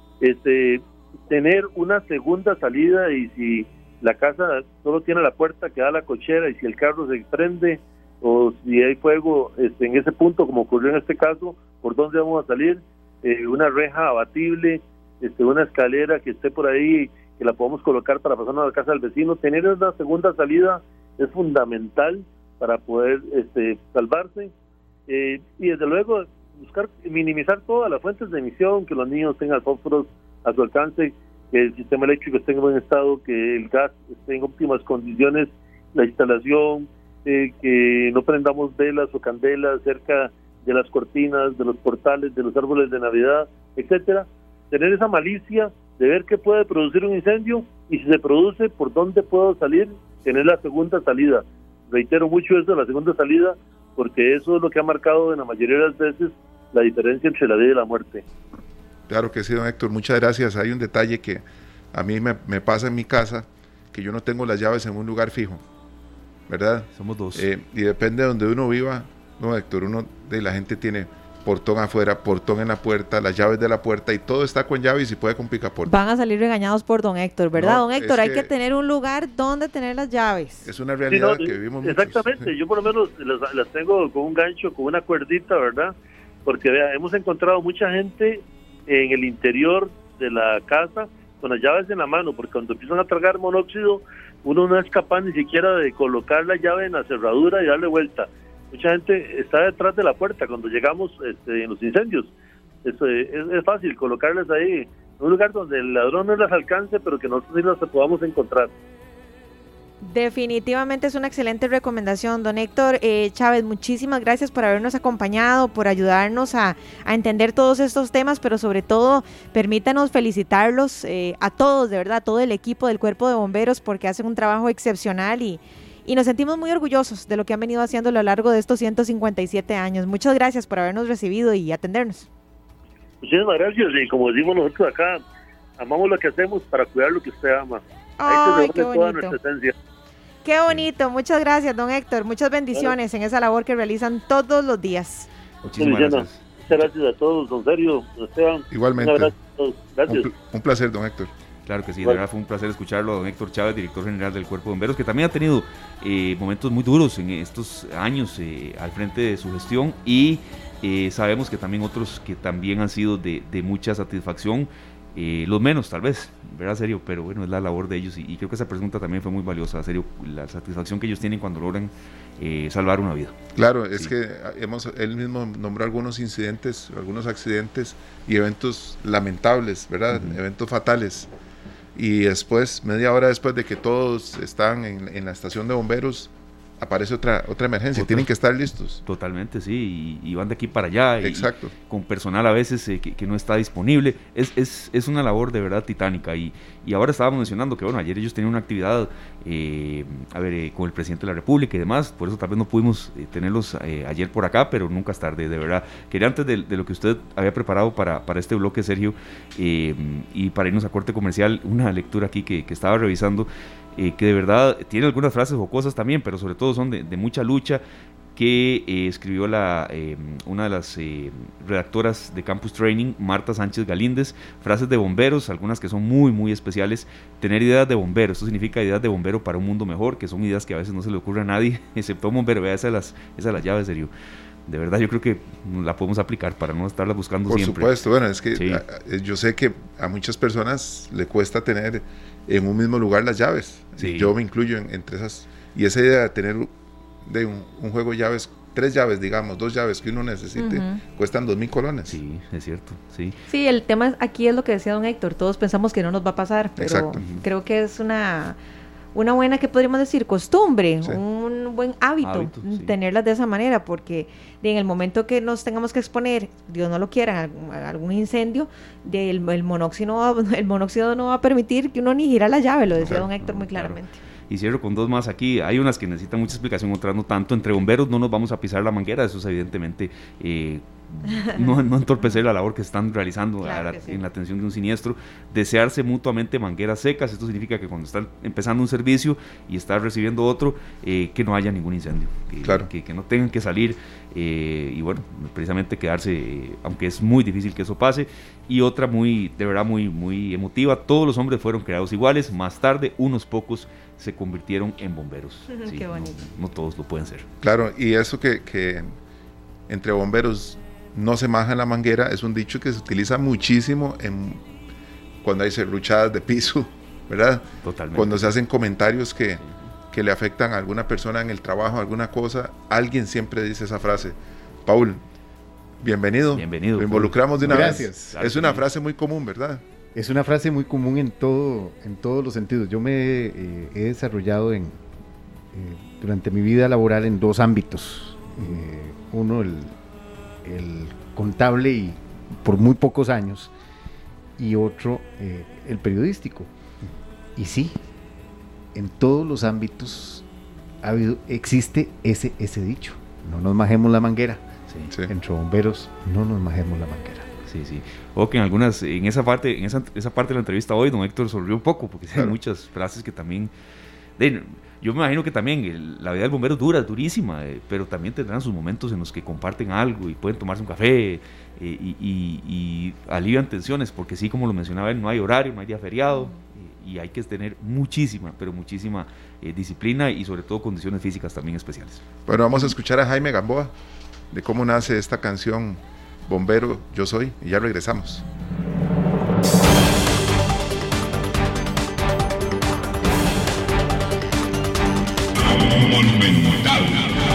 tener una segunda salida, y si la casa solo tiene la puerta que da a la cochera y si el carro se prende o si hay fuego en ese punto, como ocurrió en este caso, ¿por dónde vamos a salir? Una reja abatible, una escalera que esté por ahí, que la podamos colocar para pasarnos a la casa del vecino. Tener una segunda salida es fundamental para poder salvarse, y desde luego buscar minimizar todas las fuentes de emisión, que los niños tengan fósforos a su alcance, que el sistema eléctrico esté en buen estado, que el gas esté en óptimas condiciones, la instalación, que no prendamos velas o candelas cerca de las cortinas, de los portales, de los árboles de Navidad, etcétera, tener esa malicia de ver qué puede producir un incendio y si se produce, por dónde puedo salir, tener la segunda salida. Reitero mucho eso, la segunda salida, porque eso es lo que ha marcado en la mayoría de las veces la diferencia entre la vida y la muerte. Claro que sí, don Héctor, muchas gracias. Hay un detalle que a mí me pasa en mi casa, que yo no tengo las llaves en un lugar fijo, ¿verdad? Somos dos. Y depende de donde uno viva, no, Héctor, la gente tiene portón afuera, portón en la puerta, las llaves de la puerta y todo está con llaves y si puede con picaporte. Van a salir regañados por don Héctor, ¿verdad? No, don Héctor, hay que tener un lugar donde tener las llaves. Es una realidad que vivimos muchos. Exactamente, yo por lo menos las tengo con un gancho, con una cuerdita, ¿verdad? Porque vea, hemos encontrado mucha gente en el interior de la casa con las llaves en la mano, porque cuando empiezan a tragar monóxido, uno no es capaz ni siquiera de colocar la llave en la cerradura y darle vuelta. Mucha gente está detrás de la puerta cuando llegamos en los incendios. Es fácil colocarlas ahí, en un lugar donde el ladrón no las alcance, pero que nosotros sí las podamos encontrar. Definitivamente es una excelente recomendación, don Héctor Chávez. Muchísimas gracias por habernos acompañado, por ayudarnos a entender todos estos temas, pero sobre todo permítanos felicitarlos a todos, de verdad, a todo el equipo del Cuerpo de Bomberos, porque hacen un trabajo excepcional y nos sentimos muy orgullosos de lo que han venido haciendo a lo largo de estos 157 años. Muchas gracias por habernos recibido y atendernos. Muchísimas gracias, y como decimos nosotros acá, amamos lo que hacemos para cuidar lo que usted ama. Ay, qué bonito. Toda nuestra esencia. Qué bonito, muchas gracias, don Héctor. Muchas bendiciones en esa labor que realizan todos los días. Muchísimas gracias. Muchas gracias a todos, don Sergio, don Esteban. Igualmente. Un abrazo a todos. Gracias. Un placer, don Héctor. Claro que sí, de verdad fue un placer escucharlo a don Héctor Chávez, director general del Cuerpo de Bomberos, que también ha tenido momentos muy duros en estos años al frente de su gestión y sabemos que también otros que también han sido de mucha satisfacción, los menos tal vez, ¿verdad, Sergio? Pero bueno, es la labor de ellos y creo que esa pregunta también fue muy valiosa, Sergio, la satisfacción que ellos tienen cuando logran salvar una vida. Claro, es que él mismo nombró algunos incidentes, algunos accidentes y eventos lamentables, ¿verdad? Eventos fatales. Y después, media hora después de que todos están en la estación de bomberos, aparece otra emergencia, tienen que estar listos. Totalmente, sí, y van de aquí para allá. Exacto. Y con personal a veces que no está disponible. Es una labor de verdad titánica. Y ahora estábamos mencionando que, bueno, ayer ellos tenían una actividad, con el presidente de la República y demás, por eso tal vez no pudimos tenerlos ayer por acá, pero nunca es tarde, de verdad. Quería antes de lo que usted había preparado para este bloque, Sergio, y para irnos a corte comercial, una lectura aquí que estaba revisando, que de verdad tiene algunas frases jocosas también, pero sobre todo son de mucha lucha, que escribió una de las redactoras de Campus Training, Marta Sánchez Galíndez. Frases de bomberos, algunas que son muy muy especiales. Tener ideas de bombero, esto significa ideas de bombero para un mundo mejor, que son ideas que a veces no se le ocurre a nadie, excepto a un bombero. Vea, esa es la llave, Sergio. De verdad yo creo que la podemos aplicar para no estarla buscando siempre. Por supuesto, bueno, es que sí. Yo sé que a muchas personas le cuesta tener en un mismo lugar las llaves, sí. Yo me incluyo entre esas, y esa idea de tener de un juego de llaves, 3 llaves, digamos, 2 llaves que uno necesite, cuestan 2,000 colones. Sí, es cierto, sí. Sí, el tema aquí es lo que decía don Héctor, todos pensamos que no nos va a pasar, pero exacto. Creo que es una buena, que podríamos decir, costumbre, sí. Un buen hábito sí. Tenerlas de esa manera, porque en el momento que nos tengamos que exponer, Dios no lo quiera, a algún incendio, el monóxido no va a permitir que uno ni gira la llave, lo decía don Héctor muy claramente. Claro. Y cierro con 2 más aquí. Hay unas que necesitan mucha explicación, otras no tanto. Entre bomberos no nos vamos a pisar la manguera, eso es evidentemente no entorpecer la labor que están realizando, claro, en la atención de un siniestro. Desearse mutuamente mangueras secas, esto significa que cuando están empezando un servicio y están recibiendo otro, que no haya ningún incendio, claro. que no tengan que salir y bueno, precisamente quedarse, aunque es muy difícil que eso pase. Y otra de verdad muy, muy emotiva: todos los hombres fueron creados iguales, más tarde unos pocos se convirtieron en bomberos. Sí, qué bonito. No todos lo pueden ser. Claro, y eso que entre bomberos no se maja la manguera es un dicho que se utiliza muchísimo cuando hay serruchadas de piso, ¿verdad? Totalmente. Cuando se hacen comentarios que le afectan a alguna persona en el trabajo, alguna cosa, alguien siempre dice esa frase. Paul, bienvenido. Bienvenido. Lo involucramos de una vez. Gracias. Es una frase muy común, ¿verdad? Es una frase muy común en todos los sentidos. Yo me he desarrollado durante mi vida laboral en 2 ámbitos. Uno, el contable y por muy pocos años, y otro el periodístico. Y sí, en todos los ámbitos existe ese dicho: no nos majemos la manguera. Sí. Entre bomberos, no nos majemos la manguera. Sí. O que en esa parte de la entrevista hoy, don Héctor sonrió un poco, porque hay muchas frases que también... yo me imagino que también la vida del bombero es dura, es durísima, pero también tendrán sus momentos en los que comparten algo y pueden tomarse un café y alivian tensiones, porque sí, como lo mencionaba él, no hay horario, no hay día feriado, y hay que tener muchísima disciplina y sobre todo condiciones físicas también especiales. Bueno, vamos a escuchar a Jaime Gamboa de cómo nace esta canción Bombero Yo Soy, y ya regresamos. Monumental.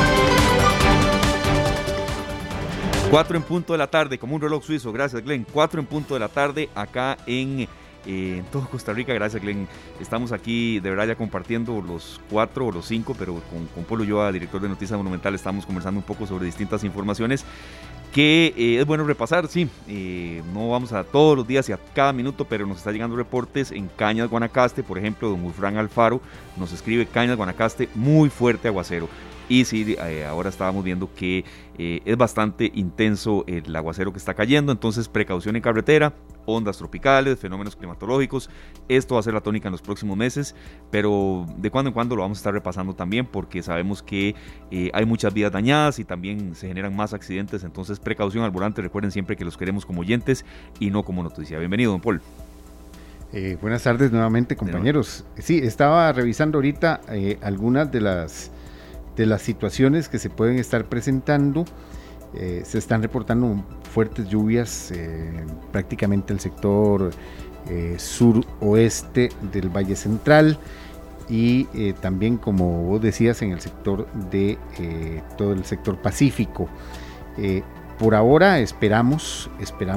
4 en punto de la tarde, como un reloj suizo, gracias Glenn. 4 en punto de la tarde acá en todo Costa Rica, gracias Glenn. Estamos aquí de verdad ya compartiendo los 4 o los 5, pero con Polo Ulloa, director de Noticias Monumental, estamos conversando un poco sobre distintas informaciones que es bueno repasar, sí. No vamos a todos los días y a cada minuto, pero nos está llegando reportes en Cañas, Guanacaste, por ejemplo, don Ufrán Alfaro nos escribe: Cañas, Guanacaste, muy fuerte aguacero. Y sí, ahora estábamos viendo que es bastante intenso el aguacero que está cayendo, entonces precaución en carretera, ondas tropicales, fenómenos climatológicos. Esto va a ser la tónica en los próximos meses, pero de cuando en cuando lo vamos a estar repasando también, porque sabemos que hay muchas vidas dañadas y también se generan más accidentes, entonces precaución al volante. Recuerden siempre que los queremos como oyentes y no como noticia. Bienvenido, don Paul. Buenas tardes nuevamente, compañeros. Sí, estaba revisando ahorita algunas de las situaciones que se pueden estar presentando. Se están reportando fuertes lluvias prácticamente el sector suroeste del Valle Central y también, como vos decías, en el sector de todo el sector Pacífico. Por ahora esperamos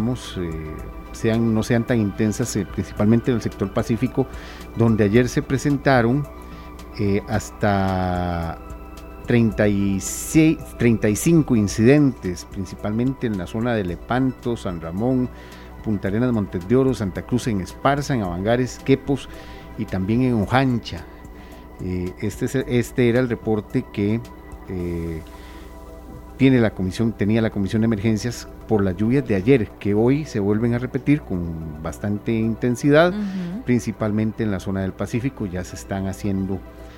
no sean tan intensas, principalmente en el sector Pacífico, donde ayer se presentaron hasta 35 incidentes, principalmente en la zona de Lepanto, San Ramón, Punta Arenas, Montes de Oro, Santa Cruz, en Esparza, en Avangares, Quepos y también en Ojancha. Este era el reporte que tenía la Comisión de Emergencias por las lluvias de ayer, que hoy se vuelven a repetir con bastante intensidad, principalmente en la zona del Pacífico. Ya se están haciendo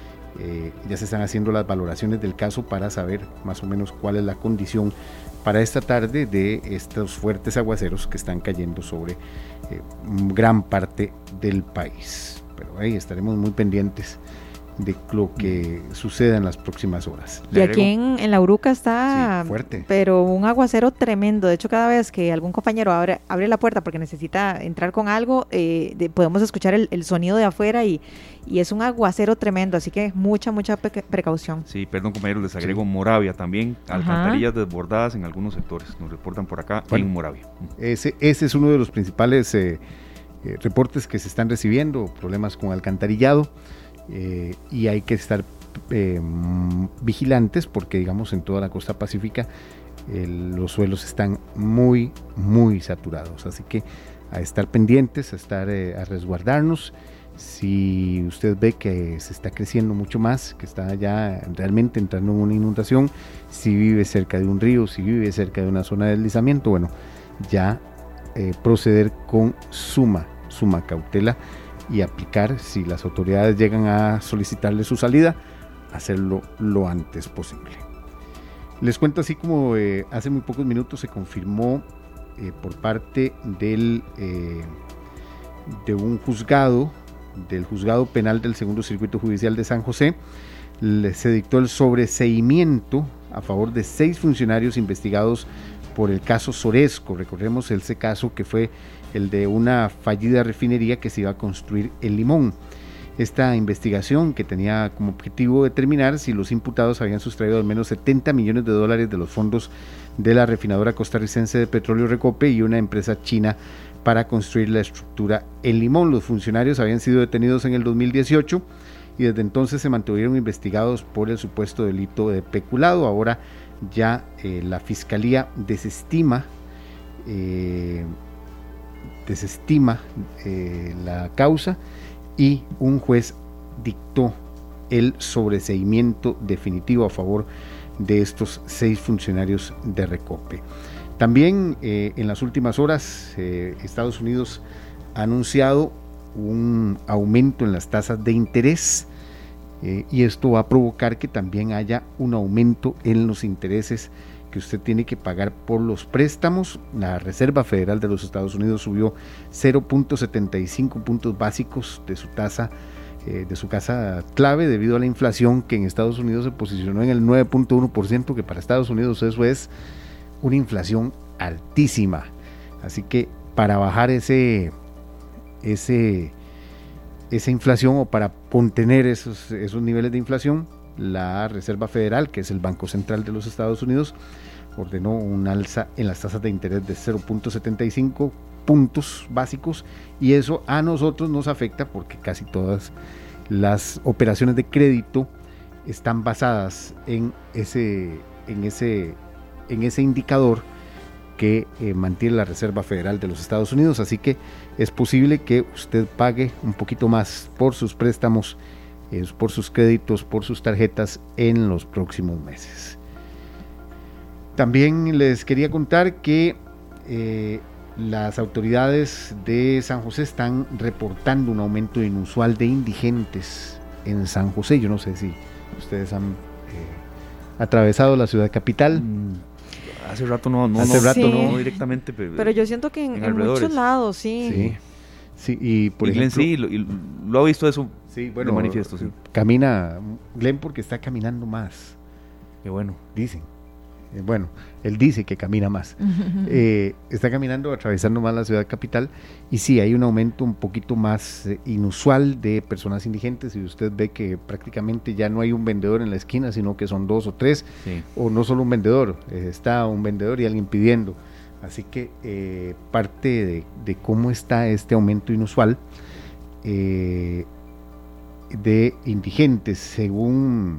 las valoraciones del caso para saber más o menos cuál es la condición para esta tarde de estos fuertes aguaceros que están cayendo sobre gran parte del país. Pero ahí estaremos muy pendientes de lo que suceda en las próximas horas. Y aquí en La Uruca está fuerte, pero un aguacero tremendo. De hecho, cada vez que algún compañero abre la puerta porque necesita entrar con algo, podemos escuchar el sonido de afuera y es un aguacero tremendo, así que mucha precaución. Sí, perdón compañeros, les agrego Moravia también, alcantarillas desbordadas en algunos sectores, nos reportan por acá en Moravia. Ese es uno de los principales reportes que se están recibiendo, problemas con alcantarillado. Y hay que estar vigilantes porque, digamos, en toda la costa pacífica los suelos están muy saturados, así que a estar pendientes, a resguardarnos. Si usted ve que se está creciendo mucho más, que está ya realmente entrando en una inundación, si vive cerca de un río, si vive cerca de una zona de deslizamiento, bueno, ya proceder con suma cautela y aplicar, si las autoridades llegan a solicitarle su salida, hacerlo lo antes posible. Les cuento, así como hace muy pocos minutos se confirmó por parte de un juzgado, del juzgado penal del Segundo Circuito Judicial de San José, se dictó el sobreseimiento a favor de 6 funcionarios investigados por el caso Soresco. Recordemos ese caso que fue el de una fallida refinería que se iba a construir en Limón. Esta investigación, que tenía como objetivo determinar si los imputados habían sustraído al menos $70 millones de los fondos de la refinadora costarricense de petróleo Recope y una empresa china para construir la estructura en Limón. Los funcionarios habían sido detenidos en el 2018 y desde entonces se mantuvieron investigados por el supuesto delito de peculado. Ahora ya la Fiscalía desestima la causa y un juez dictó el sobreseimiento definitivo a favor de estos 6 funcionarios de Recope. También en las últimas horas Estados Unidos ha anunciado un aumento en las tasas de interés y esto va a provocar que también haya un aumento en los intereses que usted tiene que pagar por los préstamos. La Reserva Federal de los Estados Unidos subió 0.75 puntos básicos de su tasa de su casa clave debido a la inflación que en Estados Unidos se posicionó en el 9.1%, que para Estados Unidos eso es una inflación altísima. Así que para bajar esa inflación o para contener esos niveles de inflación, la Reserva Federal, que es el Banco Central de los Estados Unidos, ordenó un alza en las tasas de interés de 0.75 puntos básicos, y eso a nosotros nos afecta porque casi todas las operaciones de crédito están basadas en ese indicador que mantiene la Reserva Federal de los Estados Unidos. Así que es posible que usted pague un poquito más por sus préstamos, por sus créditos, por sus tarjetas en los próximos meses. También les quería contar que las autoridades de San José están reportando un aumento inusual de indigentes en San José. Yo no sé si ustedes han atravesado la ciudad capital. Hace rato no directamente, pero yo siento que en muchos lados, sí, y por Glenn, ejemplo, sí, lo ha visto eso. Sí, bueno, de manifiesto, sí. Camina Glenn porque está caminando más. Qué bueno. Dicen. Bueno, él dice que camina más. Está caminando, atravesando más la ciudad capital, y sí, hay un aumento un poquito más inusual de personas indigentes, y usted ve que prácticamente ya no hay un vendedor en la esquina, sino que son 2 o 3, sí. O no solo un vendedor, está un vendedor y alguien pidiendo. Así que parte de cómo está este aumento inusual de indigentes, según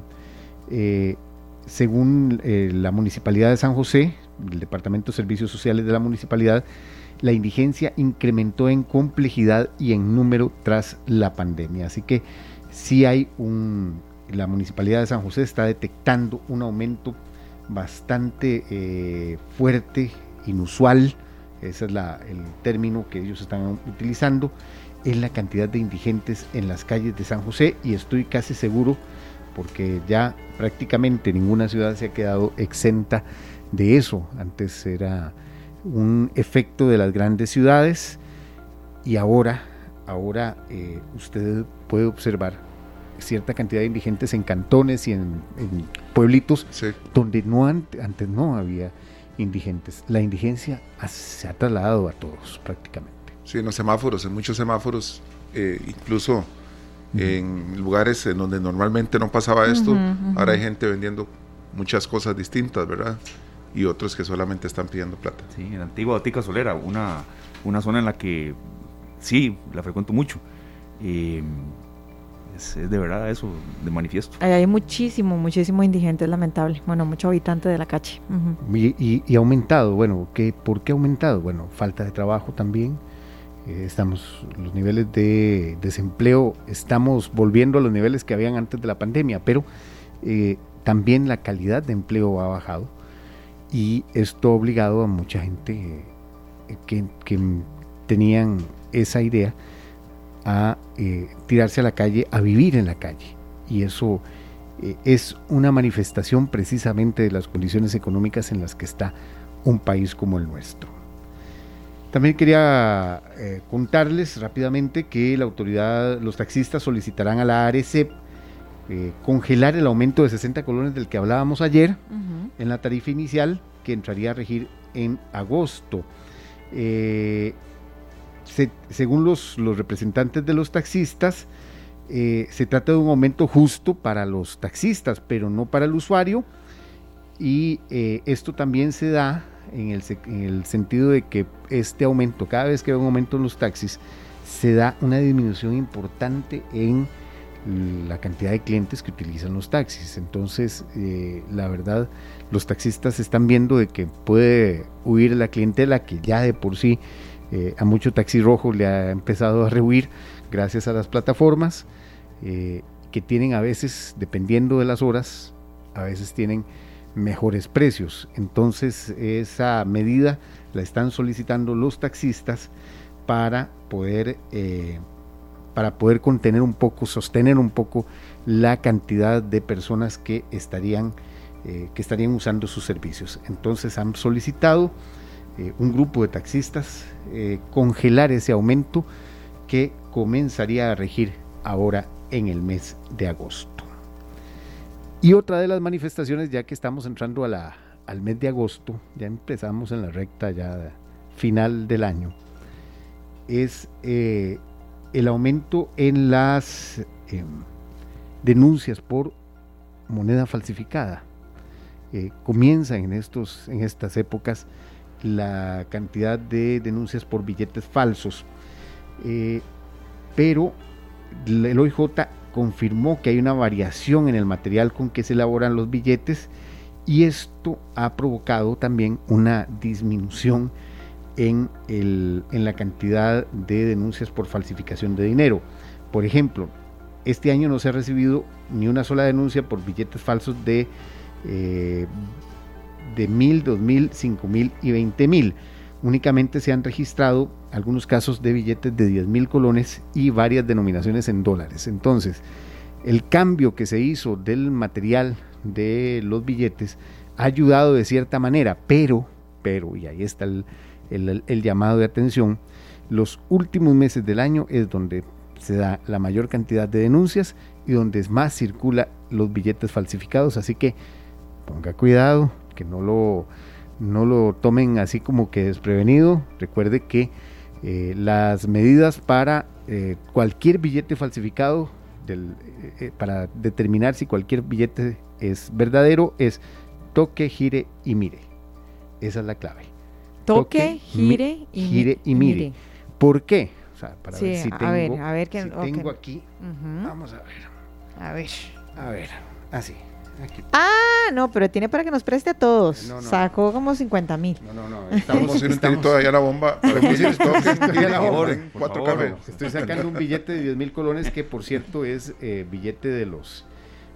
la Municipalidad de San José, el Departamento de Servicios Sociales de la Municipalidad, la indigencia incrementó en complejidad y en número tras la pandemia. Así que sí la Municipalidad de San José está detectando un aumento bastante fuerte, inusual, ese es el término que ellos están utilizando, en la cantidad de indigentes en las calles de San José, y estoy casi seguro, porque ya prácticamente ninguna ciudad se ha quedado exenta de eso. Antes era un efecto de las grandes ciudades, y ahora usted puede observar cierta cantidad de indigentes en cantones y en pueblitos, sí, donde antes no había indigentes. La indigencia se ha trasladado a todos prácticamente. Sí, en los semáforos, en muchos semáforos, incluso en lugares en donde normalmente no pasaba esto, ahora hay gente vendiendo muchas cosas distintas, ¿verdad? Y otros que solamente están pidiendo plata. Sí, en la antigua Botica Solera, una zona en la que sí, la frecuento mucho. Es de verdad eso, de manifiesto. Hay muchísimo indigente, es lamentable. Bueno, mucho habitante de la calle. Y ha aumentado. Bueno, ¿por qué ha aumentado? Bueno, falta de trabajo también. Los niveles de desempleo, estamos volviendo a los niveles que habían antes de la pandemia, pero también la calidad de empleo ha bajado, y esto ha obligado a mucha gente que tenían esa idea a tirarse a la calle, a vivir en la calle, y eso es una manifestación precisamente de las condiciones económicas en las que está un país como el nuestro. También quería contarles rápidamente que los taxistas solicitarán a la ARECEP congelar el aumento de 60 colones del que hablábamos ayer en la tarifa inicial, que entraría a regir en agosto. Según los representantes de los taxistas, se trata de un aumento justo para los taxistas, pero no para el usuario, y esto también se da en el sentido de que este aumento, cada vez que hay un aumento en los taxis, se da una disminución importante en la cantidad de clientes que utilizan los taxis. Entonces, la verdad, los taxistas están viendo de que puede huir la clientela que ya de por sí a mucho taxi rojo le ha empezado a rehuir gracias a las plataformas que tienen a veces, dependiendo de las horas, a veces tienen mejores precios. Entonces, esa medida la están solicitando los taxistas para poder contener un poco, sostener un poco la cantidad de personas que estarían usando sus servicios. Entonces han solicitado un grupo de taxistas congelar ese aumento que comenzaría a regir ahora en el mes de agosto. Y otra de las manifestaciones, ya que estamos entrando al mes de agosto, ya empezamos en la recta ya final del año, es el aumento en las denuncias por moneda falsificada. Comienza en estas épocas la cantidad de denuncias por billetes falsos, pero el OIJ confirmó que hay una variación en el material con que se elaboran los billetes, y esto ha provocado también una disminución en la cantidad de denuncias por falsificación de dinero. Por ejemplo, este año no se ha recibido ni una sola denuncia por billetes falsos de 1.000, 2.000, 5.000 y 20.000. Únicamente se han registrado algunos casos de billetes de 10.000 colones y varias denominaciones en dólares. Entonces, el cambio que se hizo del material de los billetes ha ayudado de cierta manera, pero, y ahí está el llamado de atención, los últimos meses del año es donde se da la mayor cantidad de denuncias y donde más circula los billetes falsificados, así que ponga cuidado, que no lo tomen así como que desprevenido. Recuerde que las medidas para cualquier billete falsificado, para determinar si cualquier billete es verdadero, es toque, gire y mire. Esa es la clave. Toque, gire y mire. ¿Por qué? O sea, para sí, ver si tengo, tengo aquí, vamos a ver. A ver, así. Aquí. No, pero tiene para que nos preste a todos. No. Sacó como 50,000. No. Estamos haciendo un tirito de allá a la bomba. Estoy sacando un billete de 10,000 colones que, por cierto, es billete de los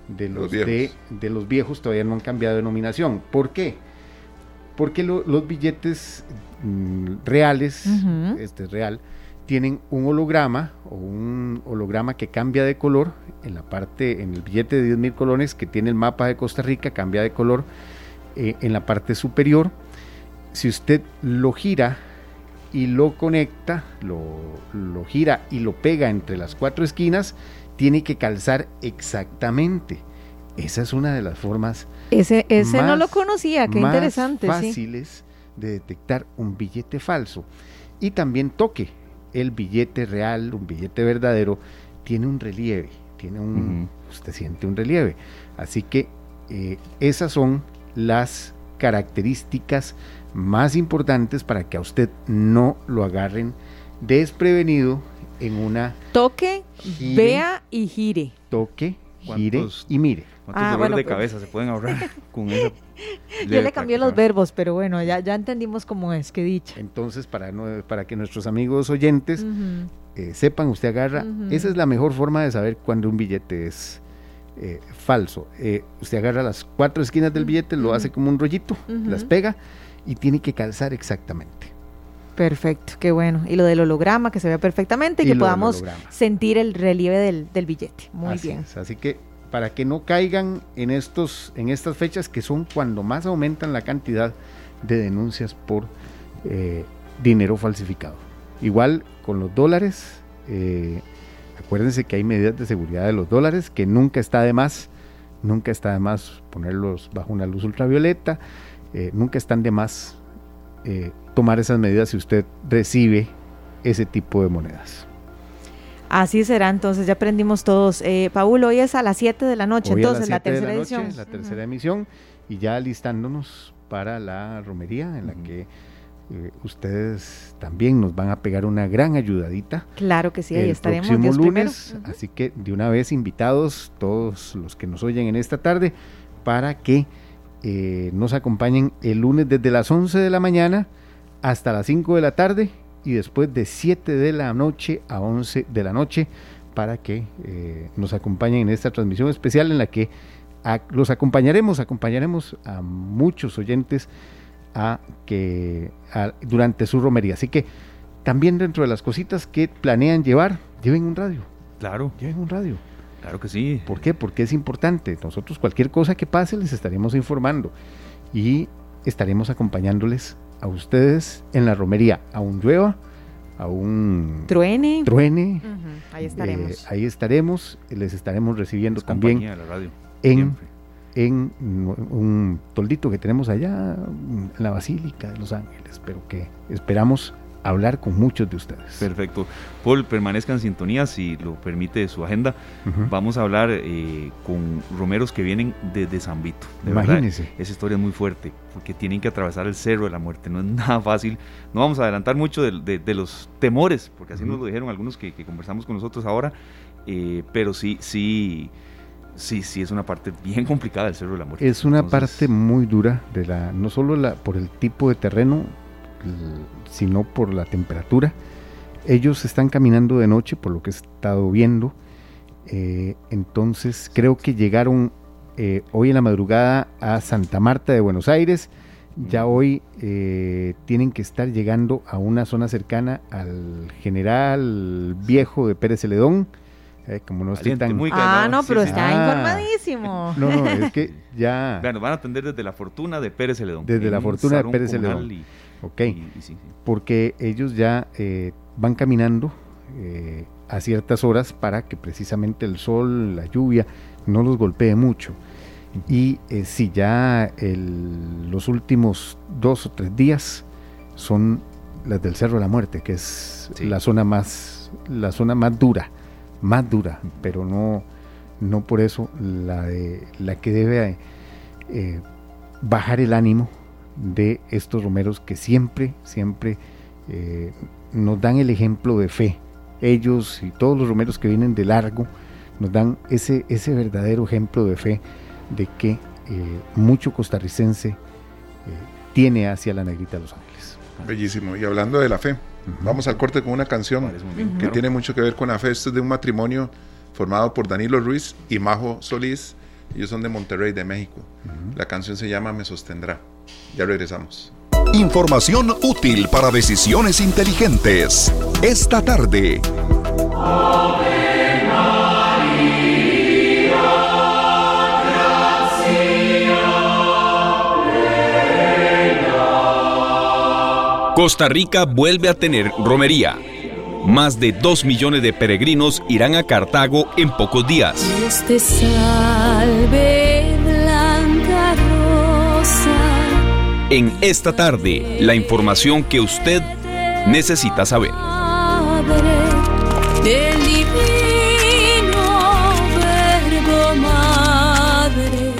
viejos. Todavía no han cambiado de denominación. ¿Por qué? Porque los billetes reales, real, tienen un holograma o un holograma que cambia de color en el billete de 10,000 colones que tiene el mapa de Costa Rica, cambia de color en la parte superior. Si usted lo gira y lo conecta, lo gira y lo pega entre las 4 esquinas, tiene que calzar exactamente. Esa es una de las formas ese no lo conocía, qué interesante, fáciles de detectar un billete falso. Y también toque. El billete real, un billete verdadero, tiene un relieve, usted siente un relieve. Así que esas son las características más importantes para que a usted no lo agarren desprevenido en una... Toque, vea y gire. Toque, gire y mire. ¿Cuántos dolores de cabeza se pueden ahorrar con eso? Yo le cambié los verbos, pero bueno, ya entendimos cómo es, qué dicha. Entonces, para que nuestros amigos oyentes sepan, usted agarra, esa es la mejor forma de saber cuando un billete es falso. Usted agarra las 4 esquinas del billete, lo hace como un rollito, las pega y tiene que calzar exactamente. Perfecto, qué bueno. Y lo del holograma, que se vea perfectamente y que podamos sentir el relieve del billete. Muy bien. Así que para que no caigan en estas fechas que son cuando más aumentan la cantidad de denuncias por dinero falsificado. Igual con los dólares, acuérdense que hay medidas de seguridad de los dólares, que nunca está de más ponerlos bajo una luz ultravioleta, nunca están de más tomar esas medidas si usted recibe ese tipo de monedas. Así será, entonces ya aprendimos todos. Paul, hoy es a las 7 de la noche, entonces la tercera edición. La tercera emisión, y ya alistándonos para la romería en la que ustedes también nos van a pegar una gran ayudadita. Claro que sí, ahí estaremos el próximo lunes, primero. Así que de una vez invitados todos los que nos oyen en esta tarde para que nos acompañen el lunes desde las 11 de la mañana hasta las 5 de la tarde y después de 7 de la noche a 11 de la noche para que nos acompañen en esta transmisión especial en la que los acompañaremos a muchos oyentes durante su romería. Así que también dentro de las cositas que planean llevar, lleven un radio. Claro. Lleven un radio. Claro que sí. ¿Por qué? Porque es importante. Nosotros cualquier cosa que pase les estaremos informando y estaremos acompañándoles a ustedes en la romería, aún llueva, aún truene. Ahí estaremos. Les estaremos recibiendo también de la radio. en un toldito que tenemos allá en la Basílica de Los Ángeles, pero que esperamos hablar con muchos de ustedes. Perfecto. Paul, permanezca en sintonía, si lo permite su agenda. Vamos a hablar con romeros que vienen desde San Vito. Imagínense. Verdad, esa historia es muy fuerte, porque tienen que atravesar el Cerro de la Muerte. No es nada fácil. No vamos a adelantar mucho de los temores, porque así nos lo dijeron algunos que conversamos con nosotros ahora, pero sí es una parte bien complicada del Cerro de la Muerte. Es una parte muy dura, no solo por el tipo de terreno, sino por la temperatura. Ellos están caminando de noche, por lo que he estado viendo. Entonces creo que llegaron hoy en la madrugada a Santa Marta de Buenos Aires. Ya hoy tienen que estar llegando a una zona cercana al General Viejo de Pérez Celedón. Como no estoy tan... pero está informadísimo. No, es que ya... Bueno, van a atender desde La Fortuna de Pérez Celedón. Desde La Fortuna de Pérez Celedón. Ok, sí. Porque ellos ya van caminando a ciertas horas para que precisamente el sol, la lluvia, no los golpee mucho. Y si ya los últimos 2 o 3 días son las del Cerro de la Muerte, que es la zona más dura, pero no por eso la que debe bajar el ánimo de estos romeros que siempre nos dan el ejemplo de fe. Ellos y todos los romeros que vienen de largo nos dan ese verdadero ejemplo de fe de que mucho costarricense tiene hacia la Negrita de Los Ángeles. Bellísimo. Y hablando de la fe, vamos al corte con una canción que tiene mucho que ver con la fe. Esto es de un matrimonio formado por Danilo Ruiz y Majo Solís. Ellos son de Monterrey, de México. La canción se llama Me Sostendrá. Ya regresamos. Información útil para decisiones inteligentes. Esta tarde. Costa Rica vuelve a tener romería. Más de 2 millones de peregrinos irán a Cartago en pocos días. Dios te salve, blanca rosa. En esta tarde, la información que usted necesita saber. Madre del divino verbo, madre.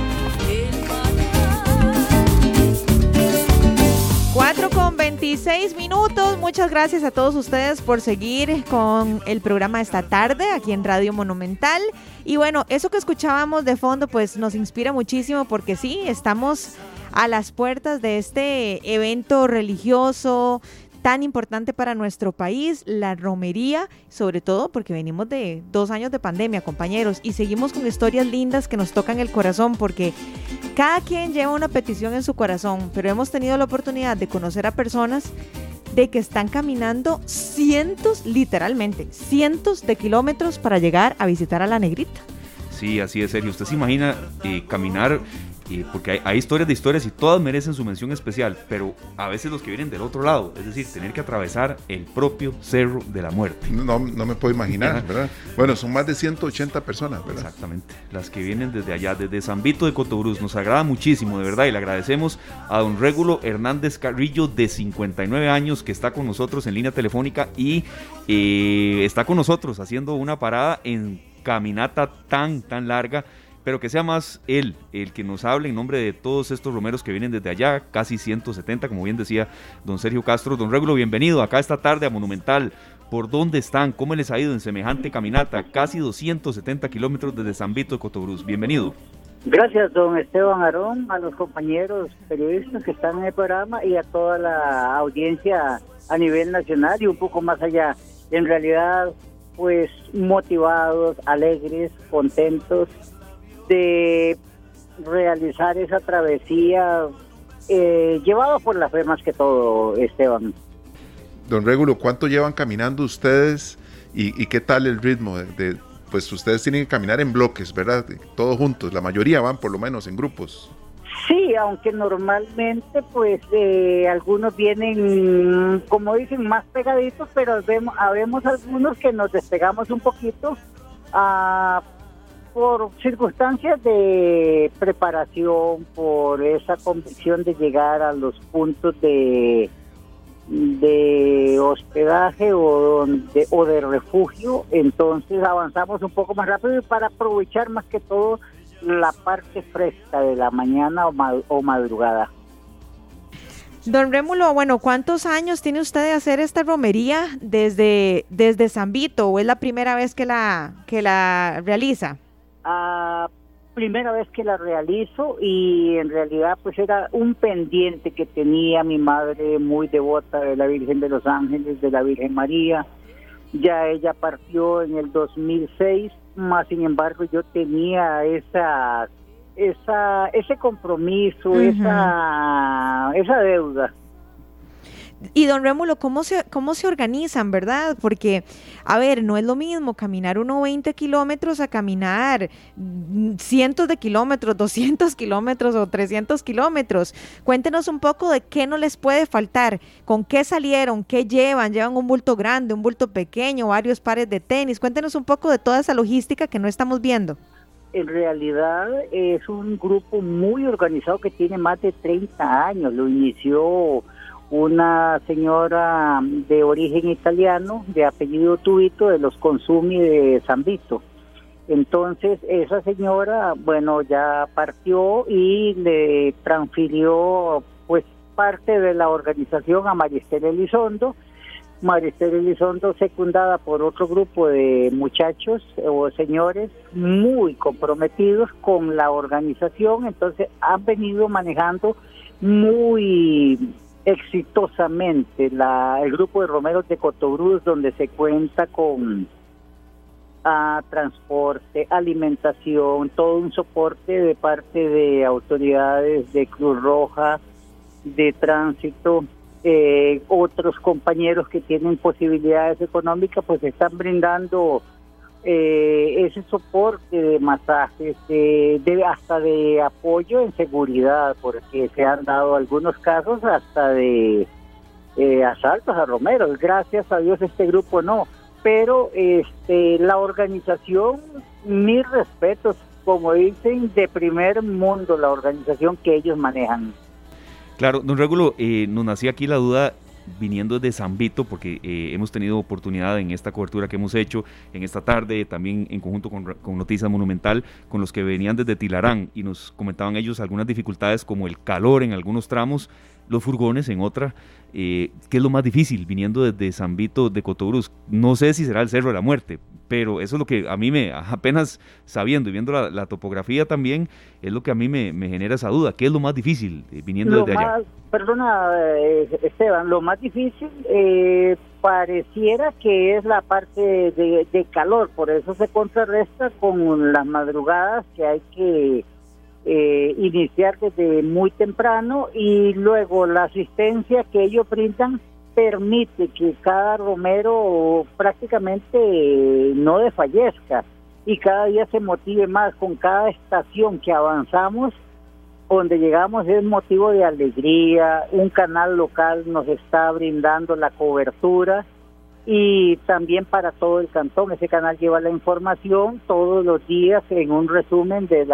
4:26 minutos. Muchas gracias a todos ustedes por seguir con el programa esta tarde aquí en Radio Monumental. Y bueno, eso que escuchábamos de fondo pues nos inspira muchísimo porque sí, estamos a las puertas de este evento religioso tan importante para nuestro país, la romería, sobre todo porque venimos de 2 años de pandemia, compañeros, y seguimos con historias lindas que nos tocan el corazón, porque cada quien lleva una petición en su corazón, pero hemos tenido la oportunidad de conocer a personas de que están caminando literalmente cientos de kilómetros para llegar a visitar a la Negrita. Sí, así es, Sergio. Usted se imagina caminar, porque hay historias de historias y todas merecen su mención especial, pero a veces los que vienen del otro lado, es decir, tener que atravesar el propio Cerro de la Muerte. No me puedo imaginar, ¿verdad? Bueno, son más de 180 personas, ¿verdad? Exactamente, las que vienen desde allá, desde San Vito de Cotobruz. Nos agrada muchísimo, de verdad, y le agradecemos a don Régulo Hernández Carrillo, de 59 años, que está con nosotros en línea telefónica y está con nosotros haciendo una parada en caminata tan larga pero que sea más él el que nos hable en nombre de todos estos romeros que vienen desde allá, casi 170, como bien decía don Sergio Castro. Don Régulo, bienvenido acá esta tarde a Monumental. ¿Por dónde están? ¿Cómo les ha ido en semejante caminata? Casi 270 kilómetros desde San Vito de Cotobruz. Bienvenido. Gracias, don Esteban Arón, a los compañeros periodistas que están en el programa y a toda la audiencia a nivel nacional y un poco más allá. En realidad, pues motivados, alegres, contentos de realizar esa travesía, llevado por la fe más que todo, Esteban. Don Régulo, ¿cuánto llevan caminando ustedes y qué tal el ritmo? Pues ustedes tienen que caminar en bloques, ¿verdad? Todos juntos, la mayoría van por lo menos en grupos. Sí, aunque normalmente pues algunos vienen, como dicen, más pegaditos, pero habemos algunos que nos despegamos un poquito por circunstancias de preparación, por esa convicción de llegar a los puntos de hospedaje o de refugio. Entonces avanzamos un poco más rápido para aprovechar más que todo la parte fresca de la mañana o madrugada. Don Rémulo, bueno, ¿cuántos años tiene usted de hacer esta romería desde San Vito, o es la primera vez que la realiza? Primera vez que la realizo, y en realidad pues era un pendiente que tenía mi madre, muy devota de la Virgen de los Ángeles, de la Virgen María. Ya ella partió en el 2006, más sin embargo yo tenía ese compromiso, uh-huh, esa deuda. Y don Rémulo, ¿cómo se organizan, verdad? Porque, a ver, no es lo mismo caminar 20 kilómetros a caminar cientos de kilómetros, 200 kilómetros o 300 kilómetros. Cuéntenos un poco de qué no les puede faltar, con qué salieron, qué llevan un bulto grande, un bulto pequeño, varios pares de tenis. Cuéntenos un poco de toda esa logística que no estamos viendo. En realidad es un grupo muy organizado que tiene más de 30 años. Lo inició una señora de origen italiano, de apellido Tubito, de los Consumi de San Vito. Entonces esa señora, bueno, ya partió y le transfirió pues parte de la organización a Marister Elizondo. Marister Elizondo, secundada por otro grupo de muchachos o señores muy comprometidos con la organización. Entonces han venido manejando muy exitosamente el grupo de romeros de Cotobruz, donde se cuenta con transporte, alimentación, todo un soporte de parte de autoridades de Cruz Roja, de tránsito. Otros compañeros que tienen posibilidades económicas pues están brindando ese soporte de masajes, hasta de apoyo en seguridad, porque se han dado algunos casos hasta de asaltos a romeros. Gracias a Dios este grupo no, pero la organización, mis respetos, como dicen, de primer mundo la organización que ellos manejan. Claro, don Régulo, nos nacía aquí la duda viniendo desde San Vito, porque hemos tenido oportunidad en esta cobertura que hemos hecho en esta tarde, también en conjunto con Noticias Monumental, con los que venían desde Tilarán, y nos comentaban ellos algunas dificultades como el calor en algunos tramos, los furgones en otra. ¿Qué es lo más difícil viniendo desde San Vito de Cotobruz? No sé si será el Cerro de la Muerte, pero eso es lo que a mí apenas sabiendo y viendo la topografía también, es lo que a mí me genera esa duda. ¿Qué es lo más difícil viniendo desde allá? Perdona, Esteban, lo más difícil pareciera que es la parte de calor, por eso se contrarresta con las madrugadas que hay que iniciar desde muy temprano, y luego la asistencia que ellos brindan permite que cada romero prácticamente no desfallezca y cada día se motive más. Con cada estación que avanzamos, donde llegamos es motivo de alegría. Un canal local nos está brindando la cobertura, y también para todo el cantón. Ese canal lleva la información todos los días en un resumen del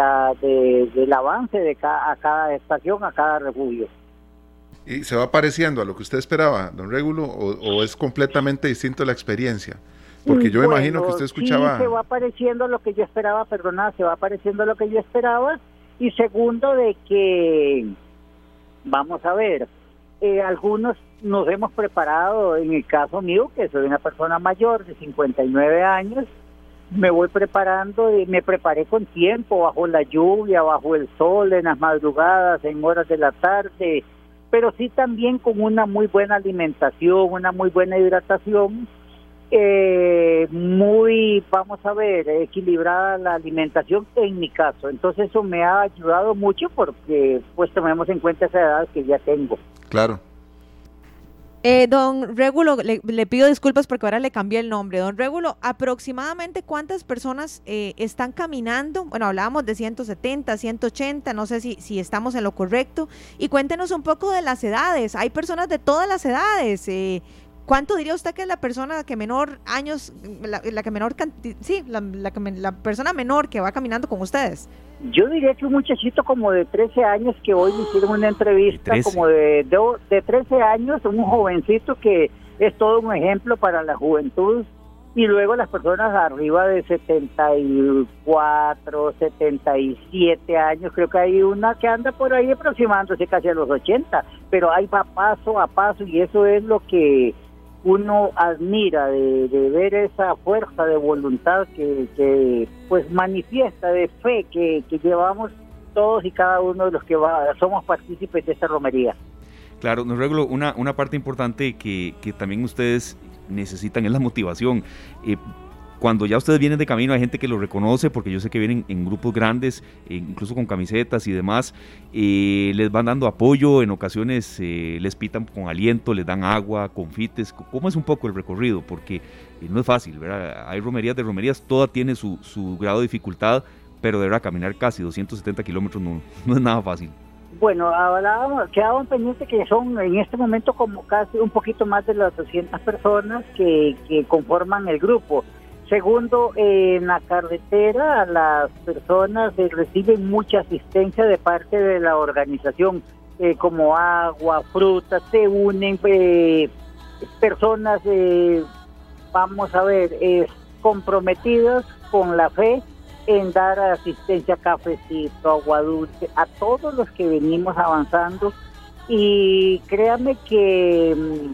avance a cada estación, a cada refugio. ¿Y se va pareciendo a lo que usted esperaba, don Régulo, o es completamente distinto la experiencia? Porque yo me imagino que usted escuchaba... Sí, se va pareciendo lo que yo esperaba, se va pareciendo lo que yo esperaba. Y segundo, de que, vamos a ver, algunos nos hemos preparado, en el caso mío, que soy una persona mayor de 59 años, me voy preparando y me preparé con tiempo, bajo la lluvia, bajo el sol, en las madrugadas, en horas de la tarde, pero sí también con una muy buena alimentación, una muy buena hidratación, muy, vamos a ver, equilibrada la alimentación en mi caso. Entonces eso me ha ayudado mucho porque pues tomemos en cuenta esa edad que ya tengo. Claro. Don Régulo, le pido disculpas porque ahora le cambié el nombre. Don Régulo, ¿aproximadamente cuántas personas están caminando? Bueno, hablábamos de 170, 180, no sé si estamos en lo correcto. Y cuéntenos un poco de las edades. Hay personas de todas las edades. ¿Cuánto diría usted que es la persona que menor años, la persona menor que va caminando con ustedes? Yo diría que un muchachito como de 13 años que hoy le hicieron una entrevista, como de 13 años, un jovencito que es todo un ejemplo para la juventud, y luego las personas arriba de 74, 77 años, creo que hay una que anda por ahí aproximándose casi a los 80, pero ahí va paso a paso, y eso es lo que uno admira de ver esa fuerza de voluntad que pues manifiesta, de fe que llevamos todos y cada uno de los que somos partícipes de esta romería. Claro, nos Régulo, una parte importante que también ustedes necesitan es la motivación. Cuando ya ustedes vienen de camino, hay gente que lo reconoce, porque yo sé que vienen en grupos grandes, incluso con camisetas y demás, les van dando apoyo, en ocasiones les pitan con aliento, les dan agua, confites. ¿Cómo es un poco el recorrido? Porque no es fácil, ¿verdad? Hay romerías de romerías, toda tiene su grado de dificultad, pero de verdad caminar casi 270 kilómetros no es nada fácil. Bueno, quedaban pendientes que son en este momento como casi un poquito más de las 200 personas que conforman el grupo. Segundo, en la carretera las personas reciben mucha asistencia de parte de la organización, como agua, frutas, se unen personas, vamos a ver, comprometidas con la fe en dar asistencia, cafecito, agua dulce, a todos los que venimos avanzando. Y créame que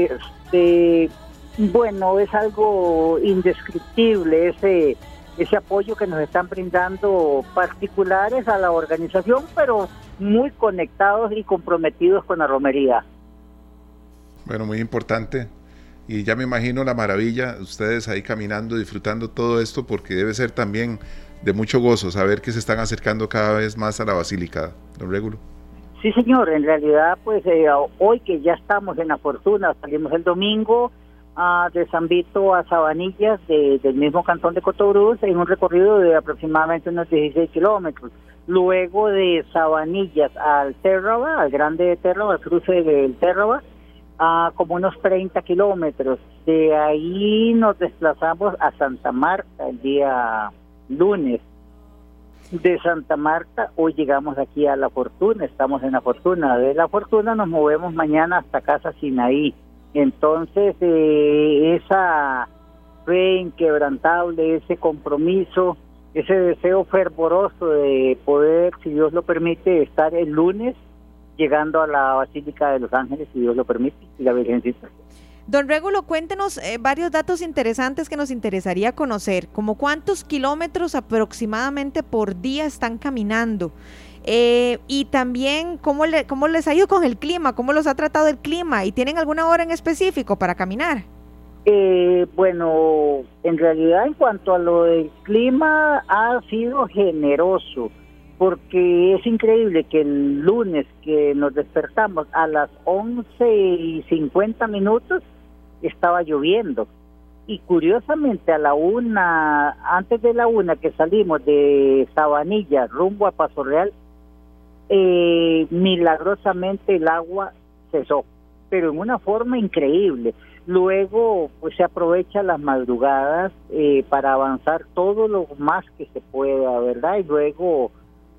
bueno, es algo indescriptible ese apoyo que nos están brindando particulares a la organización, pero muy conectados y comprometidos con la romería. Bueno, muy importante. Y ya me imagino la maravilla, ustedes ahí caminando, disfrutando todo esto, porque debe ser también de mucho gozo saber que se están acercando cada vez más a la Basílica, don Régulo. Sí, señor, en realidad, pues hoy que ya estamos en La Fortuna, salimos el domingo de San Vito a Sabanillas, del mismo cantón de Cotobruz, en un recorrido de aproximadamente unos 16 kilómetros. Luego de Sabanillas al Térraba, al grande Térraba, al cruce del Térraba, como unos 30 kilómetros. De ahí nos desplazamos a Santa Marta el día lunes. De Santa Marta hoy llegamos aquí a La Fortuna, estamos en La Fortuna. De La Fortuna nos movemos mañana hasta Casa Sinaí. Entonces, esa fe inquebrantable, ese compromiso, ese deseo fervoroso de poder, si Dios lo permite, estar el lunes llegando a la Basílica de los Ángeles, si Dios lo permite, y la Virgencita. Don Régulo, cuéntenos varios datos interesantes que nos interesaría conocer, como cuántos kilómetros aproximadamente por día están caminando. Y también cómo les ha ido con el clima, cómo los ha tratado el clima, y ¿tienen alguna hora en específico para caminar? Bueno, en realidad en cuanto a lo del clima ha sido generoso, porque es increíble que el lunes que nos despertamos a las 11:50 estaba lloviendo, y curiosamente antes de la 1 que salimos de Sabanilla rumbo a Paso Real, milagrosamente el agua cesó, pero en una forma increíble. Luego pues se aprovecha las madrugadas para avanzar todo lo más que se pueda, ¿verdad? Y luego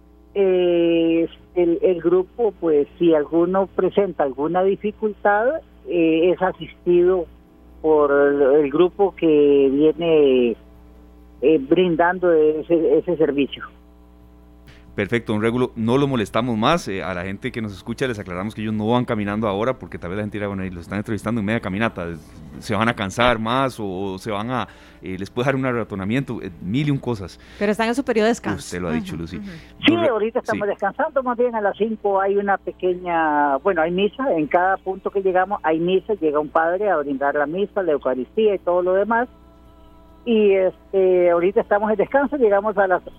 el grupo, pues si alguno presenta alguna dificultad, es asistido por el grupo que viene brindando ese servicio. Perfecto, don Régulo, no lo molestamos más. A la gente que nos escucha les aclaramos que ellos no van caminando ahora, porque tal vez la gente dirá, bueno, los están entrevistando en media caminata, se van a cansar más o se van a, les puede dar un arratonamiento, mil y un cosas. Pero están en su periodo de descanso. Usted lo ha dicho, Lucy. Sí, ahorita estamos descansando, más bien a las 5 hay una pequeña, hay misa, en cada punto que llegamos hay misa, llega un padre a brindar la misa, la Eucaristía y todo lo demás. Y ahorita estamos en descanso, llegamos a las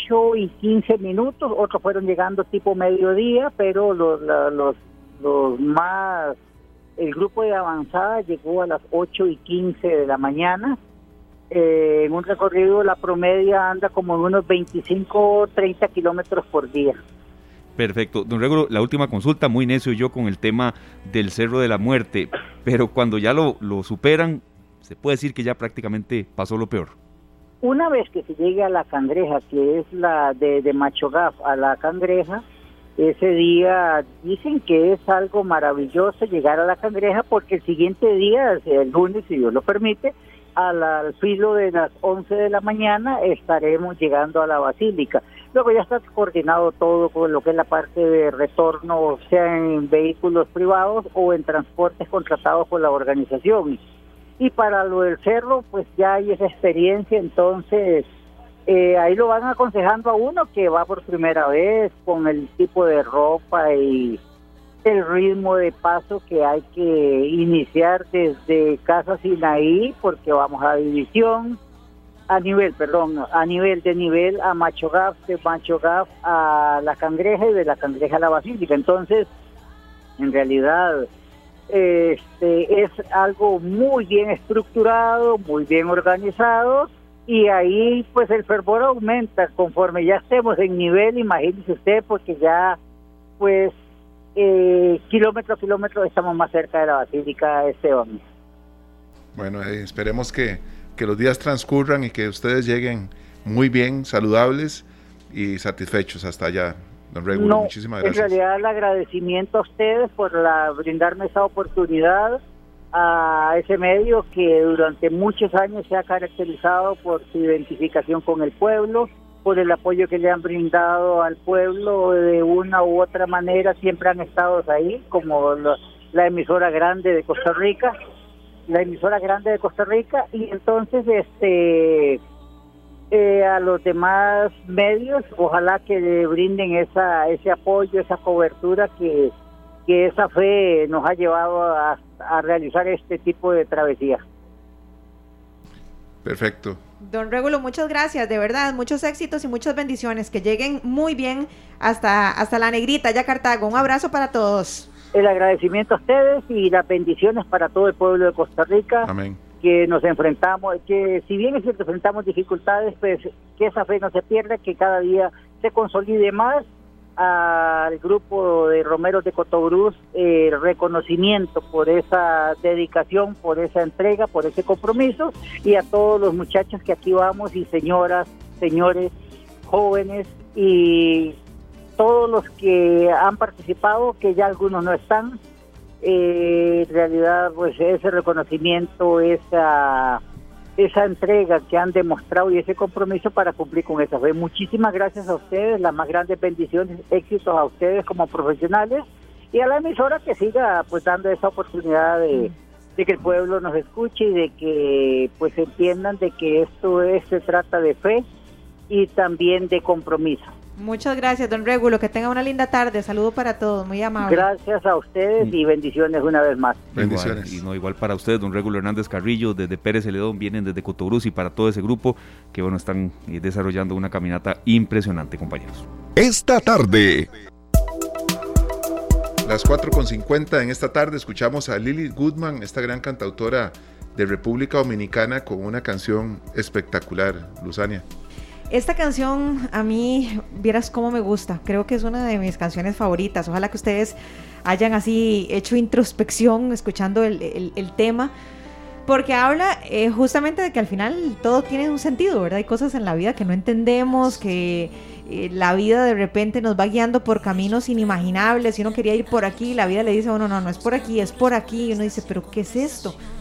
8:15, otros fueron llegando tipo mediodía, pero los más, el grupo de avanzada llegó a las 8:15 de la mañana. En un recorrido la promedia anda como en unos 25-30 kilómetros por día. Perfecto. Don Régulo, la última consulta, muy necio yo con el tema del Cerro de la Muerte, pero cuando ya lo superan, se puede decir que ya prácticamente pasó lo peor. Una vez que se llegue a la Cangreja, que es la de Machogaf a la Cangreja, ese día dicen que es algo maravilloso llegar a la Cangreja, porque el siguiente día, el lunes, si Dios lo permite, al filo de las 11 de la mañana estaremos llegando a la Basílica. Luego ya está coordinado todo con lo que es la parte de retorno, sea en vehículos privados o en transportes contratados por la organización. Y para lo del cerro, pues ya hay esa experiencia, entonces ahí lo van aconsejando a uno que va por primera vez, con el tipo de ropa y el ritmo de paso que hay que iniciar desde Casa Sinaí, porque vamos a división, a nivel a Machogaf, de Machogaf a la Cangreja y de la Cangreja a la Basílica. Entonces, en realidad es algo muy bien estructurado, muy bien organizado, y ahí pues el fervor aumenta conforme ya estemos en nivel. Imagínese usted, porque ya pues kilómetro a kilómetro estamos más cerca de la Basílica, Esteban. Bueno, esperemos que los días transcurran y que ustedes lleguen muy bien, saludables y satisfechos hasta allá. Don Régulo, muchísimas gracias. En realidad el agradecimiento a ustedes por brindarme esa oportunidad, a ese medio que durante muchos años se ha caracterizado por su identificación con el pueblo, por el apoyo que le han brindado al pueblo de una u otra manera. Siempre han estado ahí, como la emisora grande de Costa Rica, y entonces a los demás medios, ojalá que le brinden ese apoyo, esa cobertura que esa fe nos ha llevado a realizar este tipo de travesía. Perfecto. Don Régulo, muchas gracias, de verdad, muchos éxitos y muchas bendiciones, que lleguen muy bien hasta la Negrita, ya Cartago. Un abrazo para todos. El agradecimiento a ustedes y las bendiciones para todo el pueblo de Costa Rica. Amén. Que nos enfrentamos, que si bien es cierto enfrentamos dificultades, pues que esa fe no se pierda, que cada día se consolide más. Al grupo de Romeros de Cotobruz, reconocimiento por esa dedicación, por esa entrega, por ese compromiso, y a todos los muchachos que aquí vamos, y señoras, señores, jóvenes y todos los que han participado, que ya algunos no están. En realidad, pues ese reconocimiento, esa entrega que han demostrado y ese compromiso para cumplir con esa fe. Muchísimas gracias a ustedes, las más grandes bendiciones, éxitos a ustedes como profesionales, y a la emisora que siga pues dando esa oportunidad de que el pueblo nos escuche y de que pues entiendan de que esto se trata de fe y también de compromiso. Muchas gracias, don Régulo, que tenga una linda tarde, saludo para todos, muy amable. Gracias a ustedes y bendiciones una vez más. Bendiciones. Igual para ustedes, don Régulo Hernández Carrillo, desde Pérez Celedón, vienen desde Cotobruz, y para todo ese grupo que están desarrollando una caminata impresionante, compañeros. Esta tarde. Las 4:50 en esta tarde escuchamos a Lily Goodman, esta gran cantautora de República Dominicana, con una canción espectacular. Luzania. Esta canción a mí, vieras cómo me gusta, creo que es una de mis canciones favoritas. Ojalá que ustedes hayan así hecho introspección escuchando el tema, porque habla justamente de que al final todo tiene un sentido, ¿verdad? Hay cosas en la vida que no entendemos, que la vida de repente nos va guiando por caminos inimaginables, y uno quería ir por aquí y la vida le dice, no es por aquí, es por aquí, y uno dice, pero ¿qué es esto?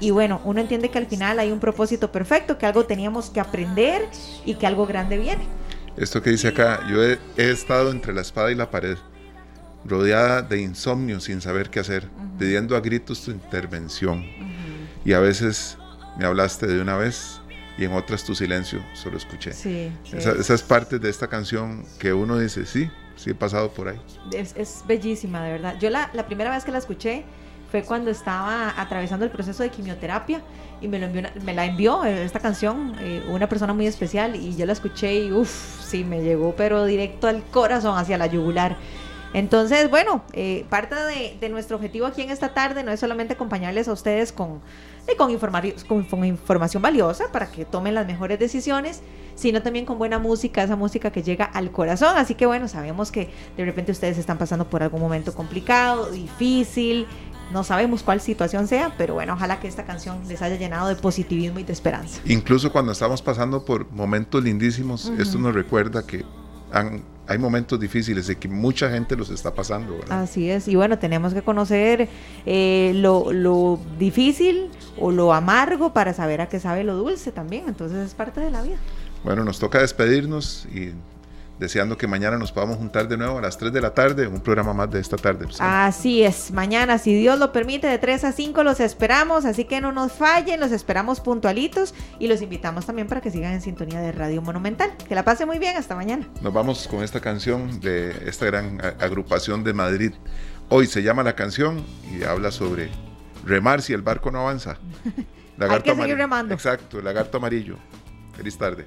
y bueno, uno entiende que al final hay un propósito perfecto, que algo teníamos que aprender y que algo grande viene. Esto que dice acá, yo he estado entre la espada y la pared, rodeada de insomnio sin saber qué hacer, pidiendo a gritos tu intervención, y a veces me hablaste de una vez y en otras tu silencio solo escuché. Sí. Esas partes de esta canción que uno dice, sí he pasado por ahí. Es bellísima, de verdad. Yo la primera vez que la escuché fue cuando estaba atravesando el proceso de quimioterapia y me la envió esta canción una persona muy especial, y yo la escuché y sí, me llegó pero directo al corazón, hacia la yugular. Entonces, bueno, parte de nuestro objetivo aquí en esta tarde no es solamente acompañarles a ustedes con información valiosa para que tomen las mejores decisiones, sino también con buena música, esa música que llega al corazón. Así que bueno, sabemos que de repente ustedes están pasando por algún momento complicado, difícil, no sabemos cuál situación sea, pero bueno, ojalá que esta canción les haya llenado de positivismo y de esperanza. Incluso cuando estamos pasando por momentos lindísimos, esto nos recuerda que hay momentos difíciles y que mucha gente los está pasando, ¿verdad? Así es, y bueno, tenemos que conocer lo difícil o lo amargo para saber a qué sabe lo dulce también, entonces es parte de la vida. Bueno, nos toca despedirnos y deseando que mañana nos podamos juntar de nuevo a las 3 de la tarde, un programa más de esta tarde. ¿Sí? Así es, mañana, si Dios lo permite, de 3 a 5 los esperamos, así que no nos fallen, los esperamos puntualitos y los invitamos también para que sigan en sintonía de Radio Monumental. Que la pasen muy bien, hasta mañana. Nos vamos con esta canción de esta gran agrupación de Madrid. Hoy se llama la canción y habla sobre remar si el barco no avanza. Hay que seguir remando. Exacto, el lagarto amarillo. Feliz tarde.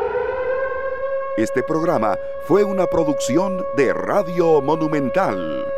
Este programa fue una producción de Radio Monumental.